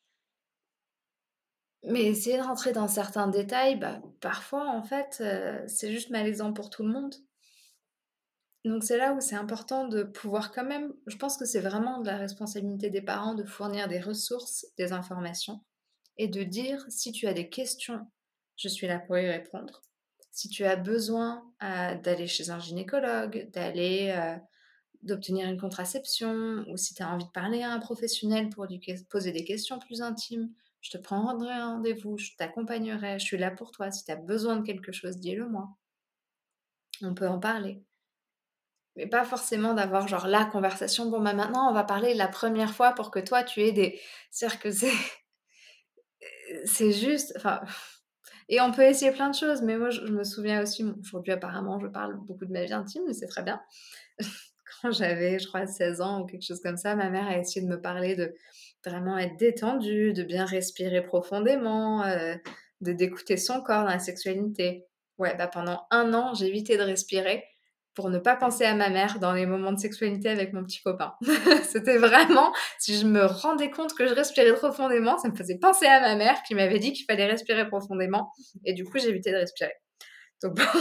Mais essayer de rentrer dans certains détails, bah, parfois en fait, heu, c'est juste malaisant pour tout le monde. Donc c'est là où c'est important de pouvoir quand même je pense que c'est vraiment de la responsabilité des parents de fournir des ressources, des informations et de dire: «Si tu as des questions, je suis là pour y répondre. Si tu as besoin, heu, d'aller chez un gynécologue, d'aller, heu, d'obtenir une contraception ou si tu as envie de parler à un professionnel pour lui ques poser des questions plus intimes, je te prendrai un rendez-vous, je t'accompagnerai, je suis là pour toi. Si tu as besoin de quelque chose, dis-le moi. On peut en parler». Mais pas forcément d'avoir genre la conversation: «Bon, bah, maintenant on va parler la première fois pour que toi tu aies des» c'est-à-dire que c'est c'est juste enfin et on peut essayer plein de choses, mais moi je je me souviens aussi, bon, aujourd'hui apparemment je parle beaucoup de ma vie intime, mais c'est très bien. Quand j'avais, je crois seize ans ou quelque chose comme ça, ma mère a essayé de me parler de vraiment être détendue, de bien respirer profondément, heu, de d'écouter son corps dans la sexualité. Ouais, bah, pendant un an, j'ai évité de respirer pour ne pas penser à ma mère dans les moments de sexualité avec mon petit copain. C'était vraiment si je me rendais compte que je respirais profondément, ça me faisait penser à ma mère qui m'avait dit qu'il fallait respirer profondément et du coup, j'ai évité de respirer. Donc bon,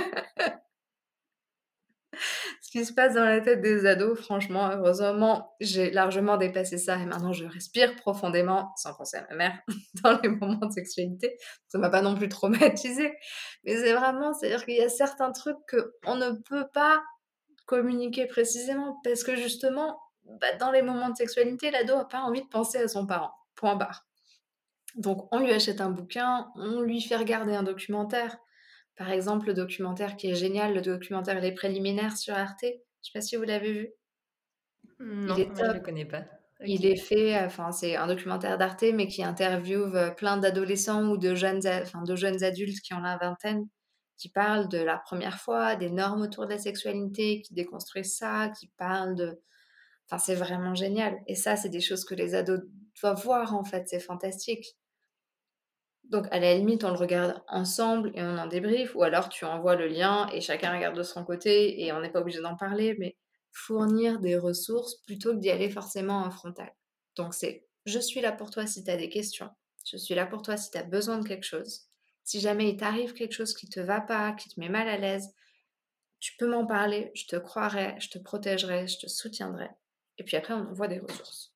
ce qui se passe dans la tête des ados, franchement, heureusement, j'ai largement dépassé ça et maintenant je respire profondément, sans penser à ma mère, dans les moments de sexualité. Ça m'a pas non plus traumatisée, mais c'est vraiment c'est-à-dire qu'il y a certains trucs qu'on ne peut pas communiquer précisément parce que justement, bah, dans les moments de sexualité, l'ado a pas envie de penser à son parent, point barre. Donc on lui achète un bouquin, on lui fait regarder un documentaire. Par exemple, le documentaire qui est génial, le documentaire Les Préliminaires sur Arte. Je sais pas si vous l'avez vu? Il Non, est moi je top. le connais pas. Il Ok. est fait, enfin, c'est un documentaire d'Arte, mais qui interviewe, heu, plein d'adolescents ou de jeunes a enfin, de jeunes adultes qui ont la vingtaine, qui parlent de la première fois, des normes autour de la sexualité, qui déconstruisent ça, qui parlent de enfin, c'est vraiment génial et ça, c'est des choses que les ados doivent voir, en fait, c'est fantastique. Donc à la limite, on le regarde ensemble et on en débriefe ou alors tu envoies le lien et chacun regarde de son côté et on n'est pas obligé d'en parler, mais fournir des ressources plutôt que d'y aller forcément en frontal. Donc c'est: «Je suis là pour toi si tu as des questions. Je suis là pour toi si tu as besoin de quelque chose. Si jamais il t'arrive quelque chose qui te va pas, qui te met mal à l'aise, tu peux m'en parler, je te croirai, je te protégerai, je te soutiendrai» et puis après on envoie des ressources.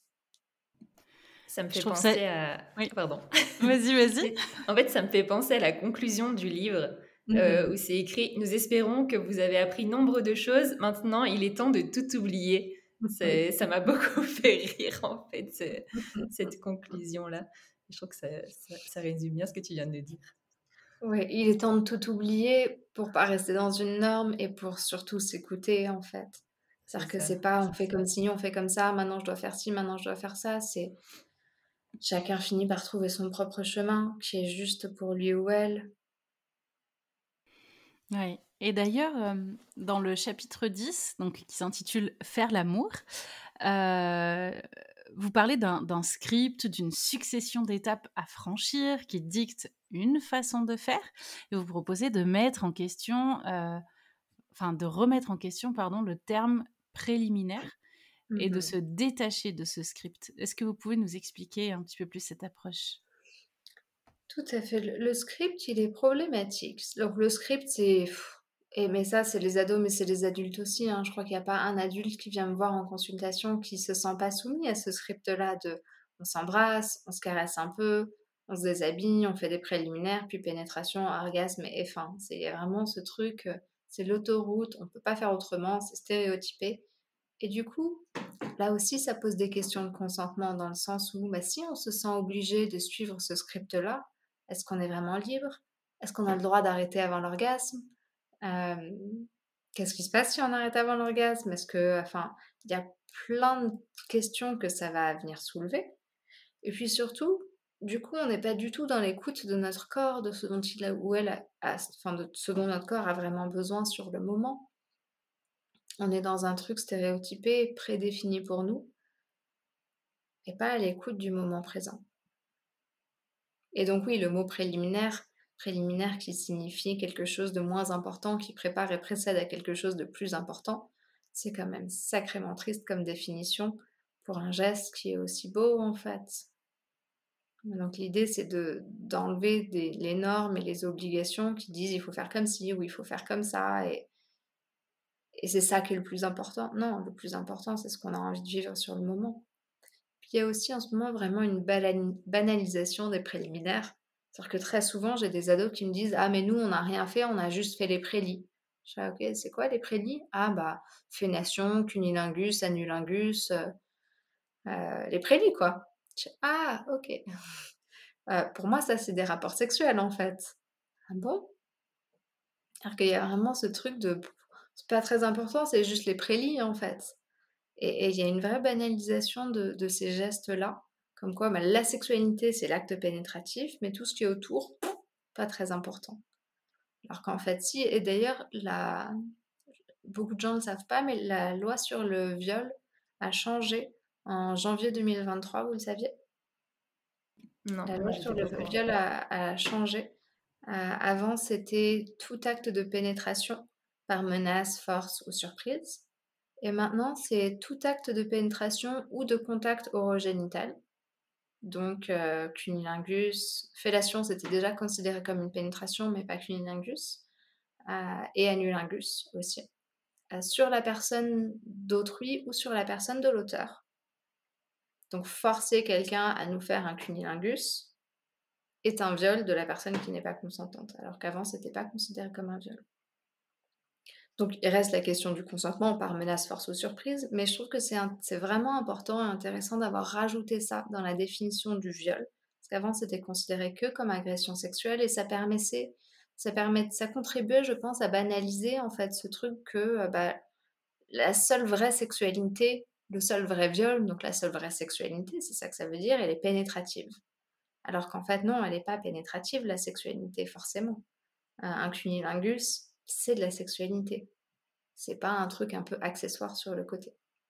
Ça me Je fait trouve ça... penser à... Oui, Pardon. vas-y, vas-y. C'est- En fait, ça me fait penser à la conclusion du livre euh, où Mmh. c'est écrit: Nous espérons que vous avez appris nombre de choses. Maintenant, il est temps de tout oublier. C'est, ça m'a beaucoup fait rire, en fait, ce- cette conclusion-là. Je trouve que ça, ça, ça résume bien ce que tu viens de dire. Ouais, il est temps de tout oublier pour pas rester dans une norme et pour surtout s'écouter, en fait. C'est C'est-à-dire que ça. c'est pas on fait comme ci, on fait comme ça, maintenant je dois faire ci, maintenant je dois faire ça, c'est chacun finit par trouver son propre chemin qui est juste pour lui ou elle. Ouais. Et d'ailleurs, euh, dans le chapitre dix, donc, qui s'intitule Faire l'amour, euh, vous parlez d'un d'un script, d'une succession d'étapes à franchir qui dicte une façon de faire et vous proposez de mettre en question, euh, enfin de remettre en question, pardon, le terme préliminaire et de Mmh. se détacher de ce script. Est-ce que vous pouvez nous expliquer un petit peu plus cette approche? Tout à fait. Le le script, il est problématique. Donc le script, c'est pff, et mais ça, c'est les ados, mais c'est les adultes aussi, hein. Je crois qu'il y a pas un adulte qui vient me voir en consultation qui se sent pas soumis à ce script-là de on s'embrasse, on se caresse un peu, on se déshabille, on fait des préliminaires, puis pénétration, orgasme et fin. C'est vraiment ce truc, heu, c'est l'autoroute, on peut pas faire autrement, c'est stéréotypé et du coup, là aussi, ça pose des questions de consentement dans le sens où, bah, si on se sent obligé de suivre ce script-là, est-ce qu'on est vraiment libre? Est-ce qu'on a le droit d'arrêter avant l'orgasme? Hem, Qu'est-ce qui se passe si on arrête avant l'orgasme? Est-ce que enfin, il y a plein de questions que ça va venir soulever et puis surtout, du coup, on n'est pas du tout dans l'écoute de notre corps, de ce dont il a ou elle a a enfin, de ce dont notre corps a vraiment besoin sur le moment. On est dans un truc stéréotypé, prédéfini pour nous et pas à l'écoute du moment présent. Et donc oui, le mot préliminaire, préliminaire qui signifie quelque chose de moins important, qui prépare et précède à quelque chose de plus important, c'est quand même sacrément triste comme définition pour un geste qui est aussi beau en fait. Donc l'idée c'est de d'enlever des, les normes et les obligations qui disent il faut faire comme ci ou il faut faire comme ça et, et c'est ça qui est le plus important. Non, le plus important c'est ce qu'on a envie de vivre sur le moment. Puis il y a aussi en ce moment vraiment une balani- banalisation des préliminaires. C'est-à-dire que très souvent, j'ai des ados qui me disent: «Ah mais nous, on n'a rien fait, on a juste fait les prélis». Je fais: «Ah OK, c'est quoi les prélis?» «Ah bah, fellation, cunnilingus, anulingus, heu heu, les prélis quoi». Je fais: «Ah OK». Heu, pour moi, ça, c'est des rapports sexuels en fait. «Ah bon?» Alors qu'il y a vraiment ce truc de: «C'est pas très important, c'est juste les prélis en fait». Et et il y a une vraie banalisation de de ces gestes-là, comme quoi, bah, la sexualité, c'est l'acte pénétratif, mais tout ce qui est autour, pas très important. Alors qu'en fait si et d'ailleurs la beaucoup de gens ne le savent pas, mais la loi sur le viol a changé en janvier deux mille vingt-trois, vous le saviez? Non, La moi loi sur j'étais le pas au courant. viol a a changé. Heu, avant, c'était tout acte de pénétration par menace, force ou surprise et maintenant, c'est tout acte de pénétration ou de contact orogénital. Donc, heu, cunnilingus, fellation, c'était déjà considéré comme une pénétration, mais pas cunnilingus, heu et anulingus aussi, heu, sur la personne d'autrui ou sur la personne de l'auteur. Donc forcer quelqu'un à nous faire un cunnilingus est un viol de la personne qui n'est pas consentante, alors qu'avant c'était pas considéré comme un viol. Donc il reste la question du consentement par menace, force ou surprise, mais je trouve que c'est un c'est vraiment important et intéressant d'avoir rajouté ça dans la définition du viol. Parce qu'avant c'était considéré que comme agression sexuelle et ça permettait ça permet ça contribuait, je pense, à banaliser en fait ce truc que, heu, bah, la seule vraie sexualité, le seul vrai viol, donc la seule vraie sexualité, c'est ça que ça veut dire, elle est pénétrative. Alors qu'en fait non, elle est pas pénétrative la sexualité forcément. Un un cunnilingus, c'est de la sexualité. C'est pas un truc un peu accessoire sur le côté.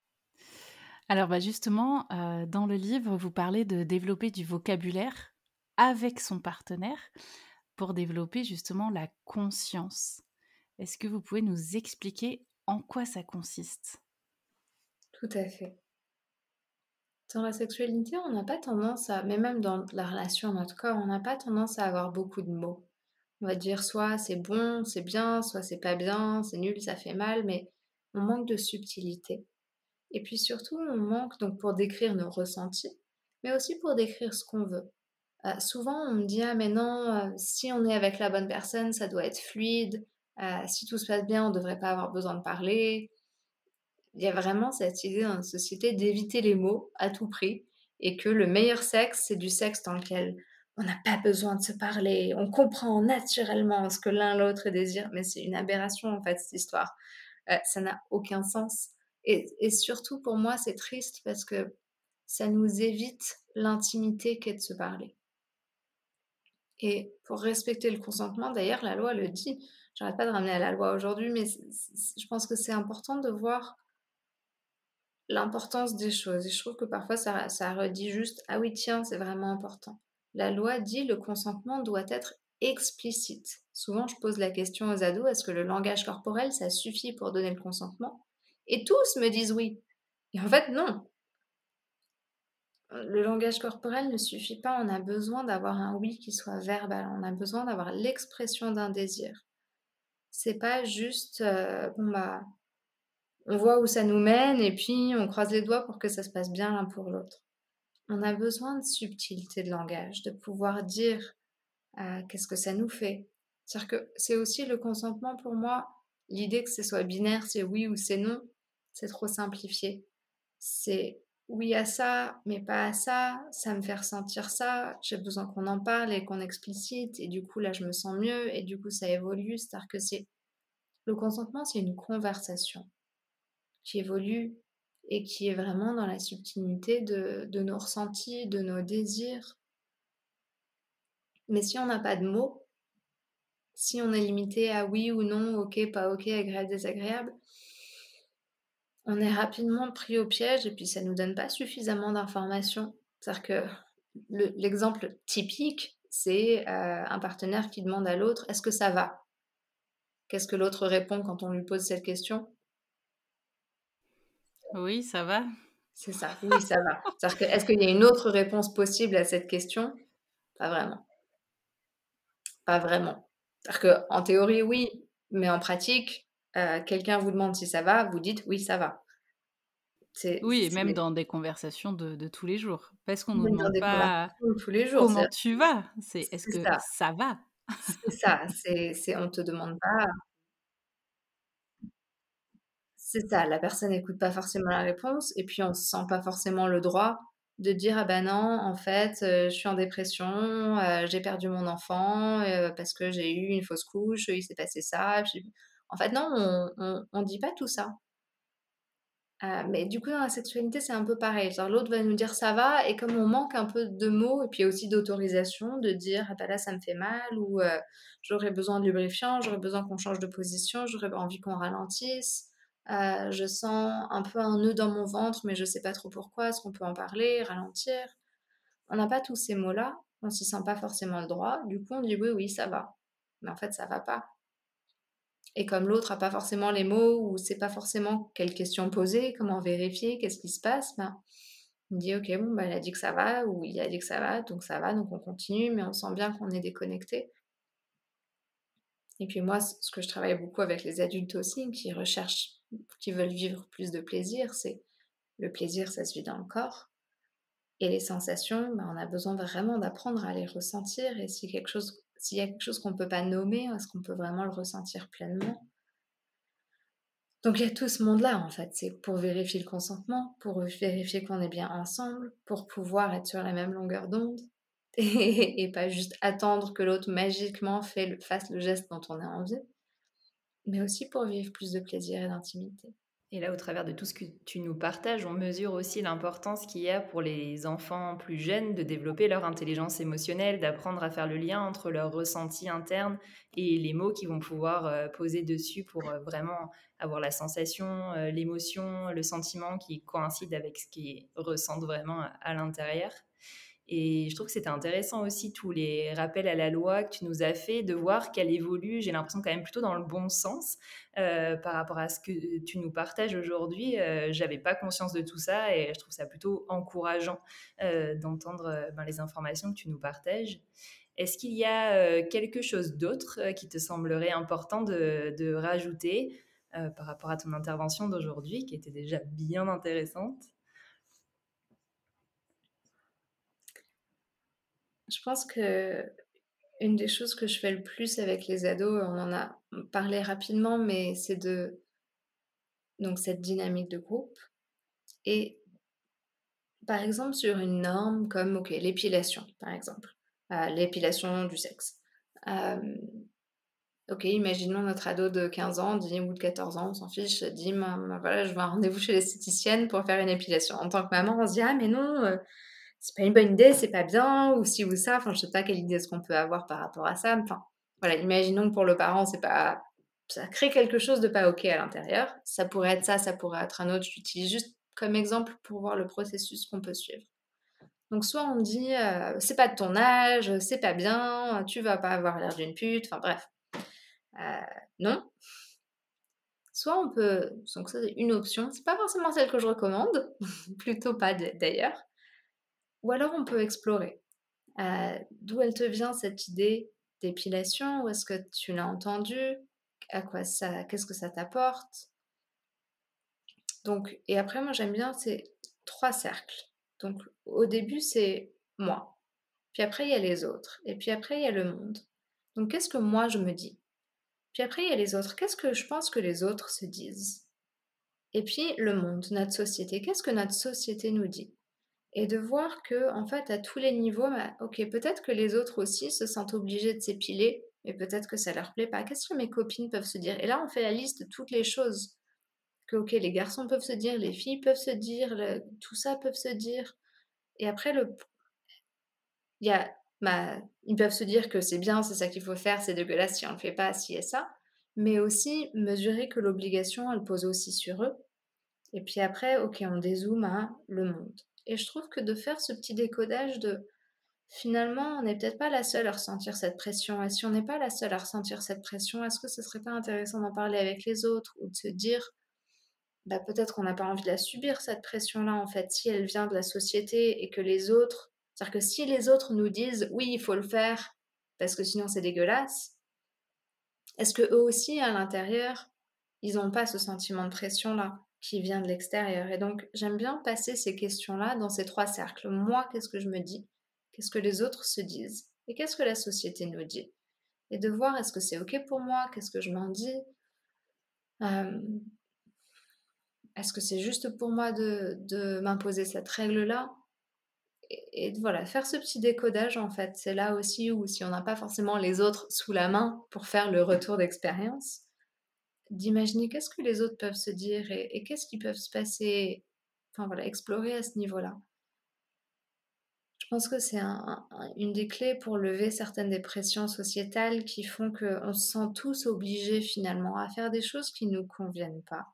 Alors bah justement, euh, dans le livre, vous parlez de développer du vocabulaire avec son partenaire pour développer justement la conscience. Est-ce que vous pouvez nous expliquer en quoi ça consiste? Tout à fait. Dans la sexualité, on n'a pas tendance à mais même dans la relation à notre corps, on n'a pas tendance à avoir beaucoup de mots. On va dire soit c'est bon, c'est bien, soit c'est pas bien, c'est nul, ça fait mal, mais on manque de subtilité. Et puis surtout, on manque donc pour décrire nos ressentis, mais aussi pour décrire ce qu'on veut. Heu, souvent on me dit: «Ah mais non, heu, si on est avec la bonne personne, ça doit être fluide, heu, si tout se passe bien, on devrait pas avoir besoin de parler». Il y a vraiment cette idée dans notre société d'éviter les mots à tout prix et que le meilleur sexe, c'est du sexe dans lequel on n'a pas besoin de se parler, on comprend naturellement ce que l'un l'autre désire, mais c'est une aberration en fait cette histoire. Heu, ça n'a aucun sens et et surtout pour moi, c'est triste parce que ça nous évite l'intimité qu'est de se parler. Et pour respecter le consentement, d'ailleurs, la loi le dit. J'arrête pas de ramener à la loi aujourd'hui, mais c c je pense que c'est important de voir l'importance des choses et je trouve que parfois ça ça redit juste: «Ah oui tiens, c'est vraiment important». la loi dit le consentement doit être explicite. Souvent, je pose la question aux ados, est-ce que le langage corporel, ça suffit pour donner le consentement? Et tous me disent oui. Et en fait, non. Le langage corporel ne suffit pas, on a besoin d'avoir un oui qui soit verbal, on a besoin d'avoir l'expression d'un désir. C'est pas juste, euh, bon bah, on voit où ça nous mène et puis on croise les doigts pour que ça se passe bien l'un pour l'autre. On a besoin de subtilité de langage, de pouvoir dire euh, qu'est-ce que ça nous fait. C'est-à-dire que c'est aussi le consentement pour moi, l'idée que ce soit binaire, c'est oui ou c'est non, c'est trop simplifié. C'est oui à ça, mais pas à ça, ça me fait ressentir ça, j'ai besoin qu'on en parle et qu'on explicite, et du coup là je me sens mieux, et du coup ça évolue. C'est-à-dire que c'est le consentement, c'est une conversation qui évolue et qui est vraiment dans la subtilité de, de nos ressentis, de nos désirs. Mais si on n'a pas de mots, si on est limité à oui ou non, ok, pas ok, agréable, désagréable, on est rapidement pris au piège et puis ça ne nous donne pas suffisamment d'informations. C'est-à-dire que le- l'exemple typique, c'est euh, un partenaire qui demande à l'autre « est-ce que ça va ?» Qu'est-ce que l'autre répond quand on lui pose cette question? Oui, ça va. C'est ça, oui, ça va. C'est-à-dire que est-ce qu'il y a une autre réponse possible à cette question? Pas vraiment. Pas vraiment. C'est-à-dire qu'en théorie, oui, mais en pratique, euh, quelqu'un vous demande si ça va, vous dites « oui, ça va ». C'est Oui, et même c'est- dans des conversations de, de tous les jours. Parce qu'on ne nous même dans demande des pas conversations de tous les jours. comment C'est tu vas, c'est est-ce c'est que ça. ça va? C'est ça, c'est c'est on te demande pas, c'est ça, la personne n'écoute pas forcément la réponse et puis on se sent pas forcément le droit de dire: «Ah bah non, en fait, heu, je suis en dépression, heu, j'ai perdu mon enfant, heu, parce que j'ai eu une fausse couche, il s'est passé ça». Puis en fait non, on on on dit pas tout ça. Heu, mais du coup, dans la sexualité, c'est un peu pareil. Genre l'autre va nous dire: «Ça va» et comme on manque un peu de mots et puis aussi d'autorisation de dire: «Ah bah là, ça me fait mal» ou heu: «J'aurais besoin de lubrifiant, j'aurais besoin qu'on change de position, j'aurais envie qu'on ralentisse, heu, je sens un peu un nœud dans mon ventre, mais je sais pas trop pourquoi, est-ce qu'on peut en parler, ralentir?» On n'a pas tous ces mots-là, on s'y sent pas forcément le droit, du coup on dit: «Oui, oui, ça va». Mais en fait, ça va pas. Et comme l'autre a pas forcément les mots ou sait pas forcément quelles questions poser, comment vérifier, qu'est-ce qui se passe, ben, on dit: «OK, bon, bah, elle a dit que ça va» ou «Il a dit que ça va, donc ça va», donc on continue, mais on sent bien qu'on est déconnecté. Et puis moi, ce ce que je travaille beaucoup avec les adultes aussi, qui recherchent qui veulent vivre plus de plaisir, c'est le plaisir, ça se vit dans le corps et les sensations, ben, on a besoin vraiment d'apprendre à les ressentir et si quelque chose s'il y a quelque chose qu'on peut pas nommer, est-ce qu'on peut vraiment le ressentir pleinement? Donc il y a tout ce monde-là, en fait. C'est pour vérifier le consentement, pour vérifier qu'on est bien ensemble, pour pouvoir être sur la même longueur d'onde et, et pas juste attendre que l'autre magiquement fait le- fasse le geste dont on a envie, mais aussi pour vivre plus de plaisir et d'intimité. Et là, au travers de tout ce que tu nous partages, on mesure aussi l'importance qu'il y a pour les enfants plus jeunes de développer leur intelligence émotionnelle, d'apprendre à faire le lien entre leurs ressentis internes et les mots qu'ils vont pouvoir euh, poser dessus pour euh, vraiment avoir la sensation, euh, l'émotion, le sentiment qui coïncide avec ce qu'ils ressentent vraiment à, à l'intérieur. Et je trouve que c'était intéressant aussi tous les rappels à la loi que tu nous as fait, de voir qu'elle évolue, j'ai l'impression quand même plutôt dans le bon sens euh, par rapport à ce que tu nous partages aujourd'hui. Euh, j'avais pas conscience de tout ça et je trouve ça plutôt encourageant euh, d'entendre euh, ben, les informations que tu nous partages. Est-ce qu'il y a euh, quelque chose d'autre euh, qui te semblerait important de, de rajouter euh, par rapport à ton intervention d'aujourd'hui, qui était déjà bien intéressante? Je pense que une des choses que je fais le plus avec les ados, on en a parlé rapidement, mais c'est de donc cette dynamique de groupe et par exemple sur une norme comme OK, l'épilation, par exemple, heu, l'épilation du sexe. Hem OK, imaginons notre ado de quinze ans dit ou de quatorze ans, on s'en fiche, dit: «Ben ben voilà, je veux un rendez-vous chez l'esthéticienne pour faire une épilation». En tant que maman, on se dit: «Ah mais non, heu, c'est pas une bonne idée, c'est pas bien» ou ci ou ça. Enfin, je sais pas quelle idée est-ce qu'on peut avoir par rapport à ça. Enfin, voilà, imaginons que pour le parent, c'est pas ça crée quelque chose de pas OK à l'intérieur. Ça pourrait être ça, ça pourrait être un autre. J'utilise juste comme exemple pour voir le processus qu'on peut suivre. Donc soit on dit, heu: «C'est pas de ton âge, c'est pas bien, tu vas pas avoir l'air d'une pute», enfin bref, heu, non. Soit on peut donc ça c'est une option, c'est pas forcément celle que je recommande, plutôt pas d d'ailleurs. Ou alors on peut explorer, heu, d'où elle te vient cette idée d'épilation? Où est-ce que tu l'as entendue? À quoi ça qu'est-ce que ça t'apporte? Donc et après moi j'aime bien c'est trois cercles. Donc au début c'est moi, puis après il y a les autres et puis après il y a le monde. Donc qu'est-ce que moi je me dis? Puis après il y a les autres, qu'est-ce que je pense que les autres se disent? Et puis le monde, notre société, qu'est-ce que notre société nous dit? Et de voir que en fait à tous les niveaux, bah, OK, peut-être que les autres aussi se sentent obligés de s'épiler, mais peut-être que ça leur plaît pas. Qu'est-ce que mes copines peuvent se dire? Et là on fait la liste de toutes les choses que, OK, les garçons peuvent se dire, les filles peuvent se dire, le tout ça peuvent se dire. Et après le p il y a bah, ils peuvent se dire que c'est bien, c'est ça qu'il faut faire, c'est dégueulasse si on le fait pas, ci et ça. Mais aussi mesurer que l'obligation, elle pose aussi sur eux. Et puis après, OK, on dézoome à le monde. Et je trouve que de faire ce petit décodage de finalement, on n'est peut-être pas la seule à ressentir cette pression. Et si on n'est pas la seule à ressentir cette pression, est-ce que ce serait pas intéressant d'en parler avec les autres ou de se dire bah, peut-être qu'on n'a pas envie de la subir cette pression-là, en fait, si elle vient de la société et que les autres c'est-à-dire que si les autres nous disent: «Oui, il faut le faire parce que sinon c'est dégueulasse», est-ce qu'eux aussi, à l'intérieur, ils n'ont pas ce sentiment de pression-là qui vient de l'extérieur? Et donc j'aime bien passer ces questions-là dans ces trois cercles. Moi, qu'est-ce que je me dis? Qu'est-ce que les autres se disent? Et qu'est-ce que la société nous dit? Et de voir est-ce que c'est OK pour moi? Qu'est-ce que je m'en dis? Hem Est-ce que c'est juste pour moi de de m'imposer cette règle-là? Et et voilà, faire ce petit décodage, en fait, c'est là aussi où si on n'a pas forcément les autres sous la main pour faire le retour d'expérience, d'imaginer qu'est-ce que les autres peuvent se dire et et qu'est-ce qui peuvent se passer? Enfin voilà, explorer à ce niveau-là. Je pense que c'est un un une des clés pour lever certaines des pressions sociétales qui font qu'on se sent tous obligés finalement à faire des choses qui nous conviennent pas.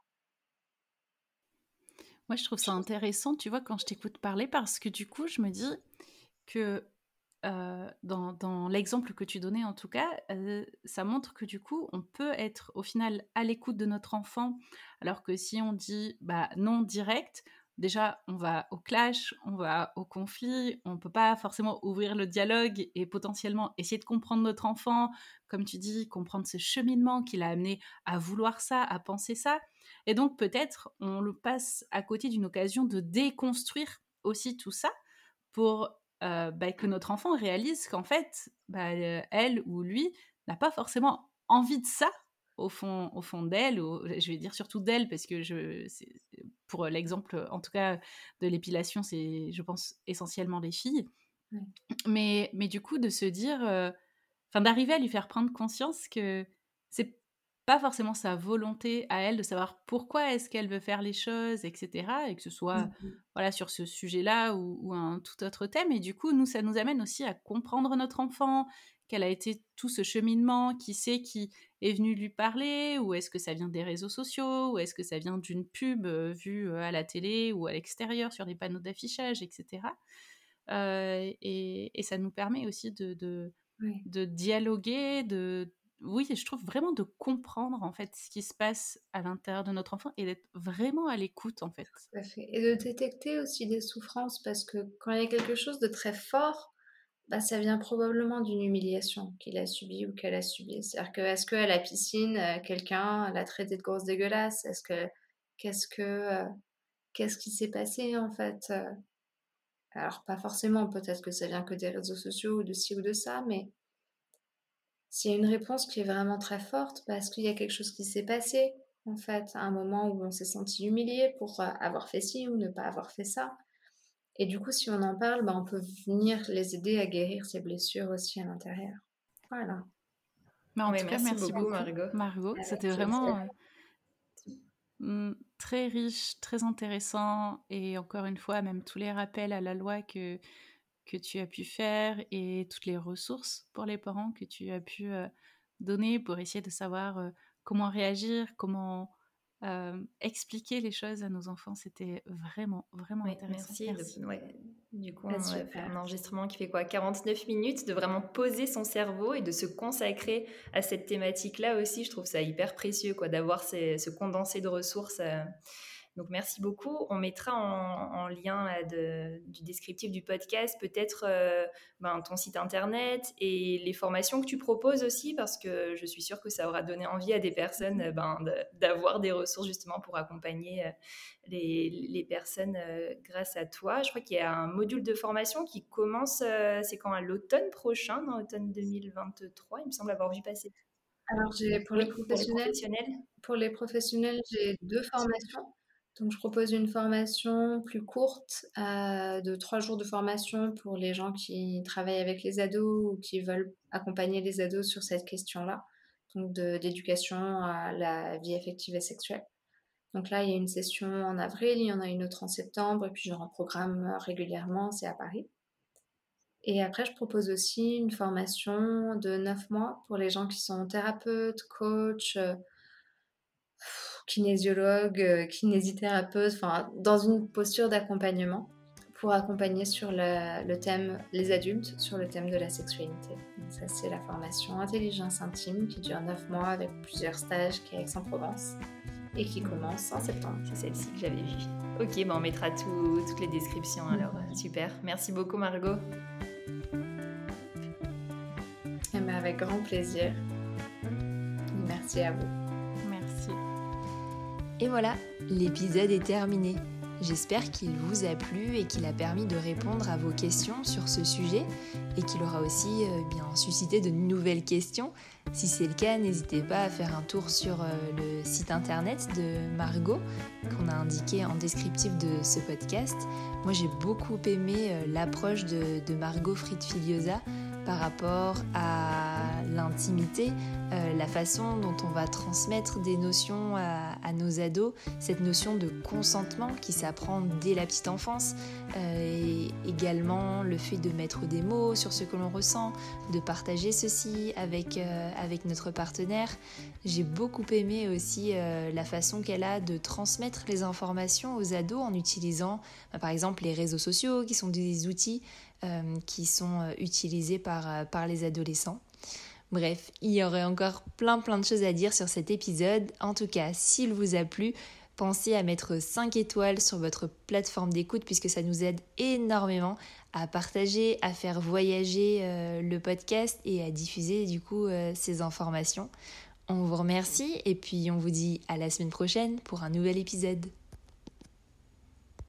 Moi, je trouve ça intéressant, tu vois, quand je t'écoute parler, parce que du coup, je me dis que euh, dans, dans l'exemple que tu donnais, en tout cas, euh, ça montre que du coup, on peut être au final à l'écoute de notre enfant, alors que si on dit bah, non direct, déjà, on va au clash, on va au conflit, on ne peut pas forcément ouvrir le dialogue et potentiellement essayer de comprendre notre enfant, comme tu dis, comprendre ce cheminement qui l'a amené à vouloir ça, à penser ça. Et donc, peut-être, on le passe à côté d'une occasion de déconstruire aussi tout ça pour euh, bah, que notre enfant réalise qu'en fait, bah, euh, elle ou lui n'a pas forcément envie de ça au fond, au fond d'elle, ou je vais dire surtout d'elle, parce que je, c'est, pour l'exemple, en tout cas, de l'épilation, c'est, je pense, essentiellement les filles. Ouais. Mais, mais du coup, de se dire, euh, enfin, d'arriver à lui faire prendre conscience que c'est pas forcément sa volonté à elle de savoir pourquoi est-ce qu'elle veut faire les choses, et cetera. Et que ce soit Mmh. voilà, sur ce sujet-là ou, ou un tout autre thème. Et du coup, nous, ça nous amène aussi à comprendre notre enfant, quel a été tout ce cheminement, qui c'est qui est venu lui parler, ou est-ce que ça vient des réseaux sociaux, ou est-ce que ça vient d'une pub euh, vue euh, à la télé ou à l'extérieur sur des panneaux d'affichage, et cetera. Euh, et, et ça nous permet aussi de, de, Ouais. de dialoguer, de oui, je trouve vraiment de comprendre en fait ce qui se passe à l'intérieur de notre enfant et d'être vraiment à l'écoute en fait. Tout à fait et de détecter aussi des souffrances parce que quand il y a quelque chose de très fort, bah, ça vient probablement d'une humiliation qu'il a subie ou qu'elle a subie. C'est-à-dire que, est-ce qu'à la piscine, heu, quelqu'un l'a traité de grosse dégueulasse? Est-ce que qu'est-ce que, heu, qu'est-ce qui s'est passé en fait, heu? Alors pas forcément, peut-être que ça vient que des réseaux sociaux ou de ci ou de ça, mais s'il y a une réponse qui est vraiment très forte, parce qu'il y a quelque chose qui s'est passé, en fait, à un moment où on s'est senti humilié pour, heu, avoir fait ci ou ne pas avoir fait ça. Et du coup, si on en parle, bah, on peut venir les aider à guérir ces blessures aussi à l'intérieur. Voilà, Mais en Mais tout cas, merci merci beaucoup, beaucoup, Margot. Margot. avec C'était plaisir. vraiment euh, mm, très riche, très intéressant. Et encore une fois, même tous les rappels à la loi que, que tu as pu faire et toutes les ressources pour les parents que tu as pu euh, donner pour essayer de savoir euh, comment réagir, comment euh, expliquer les choses à nos enfants. C'était vraiment, vraiment Oui, intéressant. merci. Merci. De- ouais. Du coup, Ah, on a fait super. un enregistrement qui fait quoi, quarante-neuf minutes, de vraiment poser son cerveau et de se consacrer à cette thématique-là aussi. Je trouve ça hyper précieux, quoi, d'avoir ces- ce condensé de ressources. euh. Donc, merci beaucoup. On mettra en, en lien là, de- du descriptif du podcast peut-être euh, ben, ton site internet et les formations que tu proposes aussi, parce que je suis sûre que ça aura donné envie à des personnes euh, ben, de- d'avoir des ressources justement pour accompagner euh, les, les personnes euh, grâce à toi. Je crois qu'il y a un module de formation qui commence, euh, c'est quand, à l'automne prochain, dans l'automne deux mille vingt-trois, il me semble avoir vu passer. Alors, j'ai pour les Oui, pour les professionnels, professionnels. pour les professionnels, j'ai deux formations. Donc, je propose une formation plus courte euh, de trois jours de formation pour les gens qui travaillent avec les ados ou qui veulent accompagner les ados sur cette question-là, donc de- d'éducation à la vie affective et sexuelle. Donc là, il y a une session en avril, il y en a une autre en septembre, et puis je reprogramme régulièrement, c'est à Paris. Et après, je propose aussi une formation de neuf mois pour les gens qui sont thérapeutes, coachs, euh, kinésiologues, euh, kinésithérapeutes, enfin, dans une posture d'accompagnement pour accompagner sur la- le thème, les adultes, sur le thème de la sexualité. Donc ça, c'est la formation Intelligence Intime qui dure neuf mois avec plusieurs stages qui est à Aix-en-Provence et qui commence en septembre. C'est celle-ci que j'avais vue. Ok, ben on mettra tout- toutes les descriptions alors. Mhm. Super. Merci beaucoup, Margot. Eh ben, avec grand plaisir. Merci à vous. Merci. Et voilà, l'épisode est terminé. J'espère qu'il vous a plu et qu'il a permis de répondre à vos questions sur ce sujet et qu'il aura aussi euh, bien suscité de nouvelles questions. Si c'est le cas, n'hésitez pas à faire un tour sur euh, le site internet de Margot qu'on a indiqué en descriptif de ce podcast. Moi, j'ai beaucoup aimé euh, l'approche de, de Margot Fried-Filiosa par rapport à l'intimité, euh, la façon dont on va transmettre des notions à, à nos ados, cette notion de consentement qui s'apprend dès la petite enfance, euh, et également le fait de mettre des mots sur ce que l'on ressent, de partager ceci avec, euh, avec notre partenaire. J'ai beaucoup aimé aussi euh, la façon qu'elle a de transmettre les informations aux ados en utilisant bah, par exemple les réseaux sociaux qui sont des outils euh, qui sont euh, utilisés par, euh, par les adolescents. Bref, il y aurait encore plein plein de choses à dire sur cet épisode. En tout cas, s'il vous a plu, pensez à mettre cinq étoiles sur votre plateforme d'écoute puisque ça nous aide énormément à partager, à faire voyager euh, le podcast et à diffuser du coup euh, ces informations. On vous remercie et puis on vous dit à la semaine prochaine pour un nouvel épisode.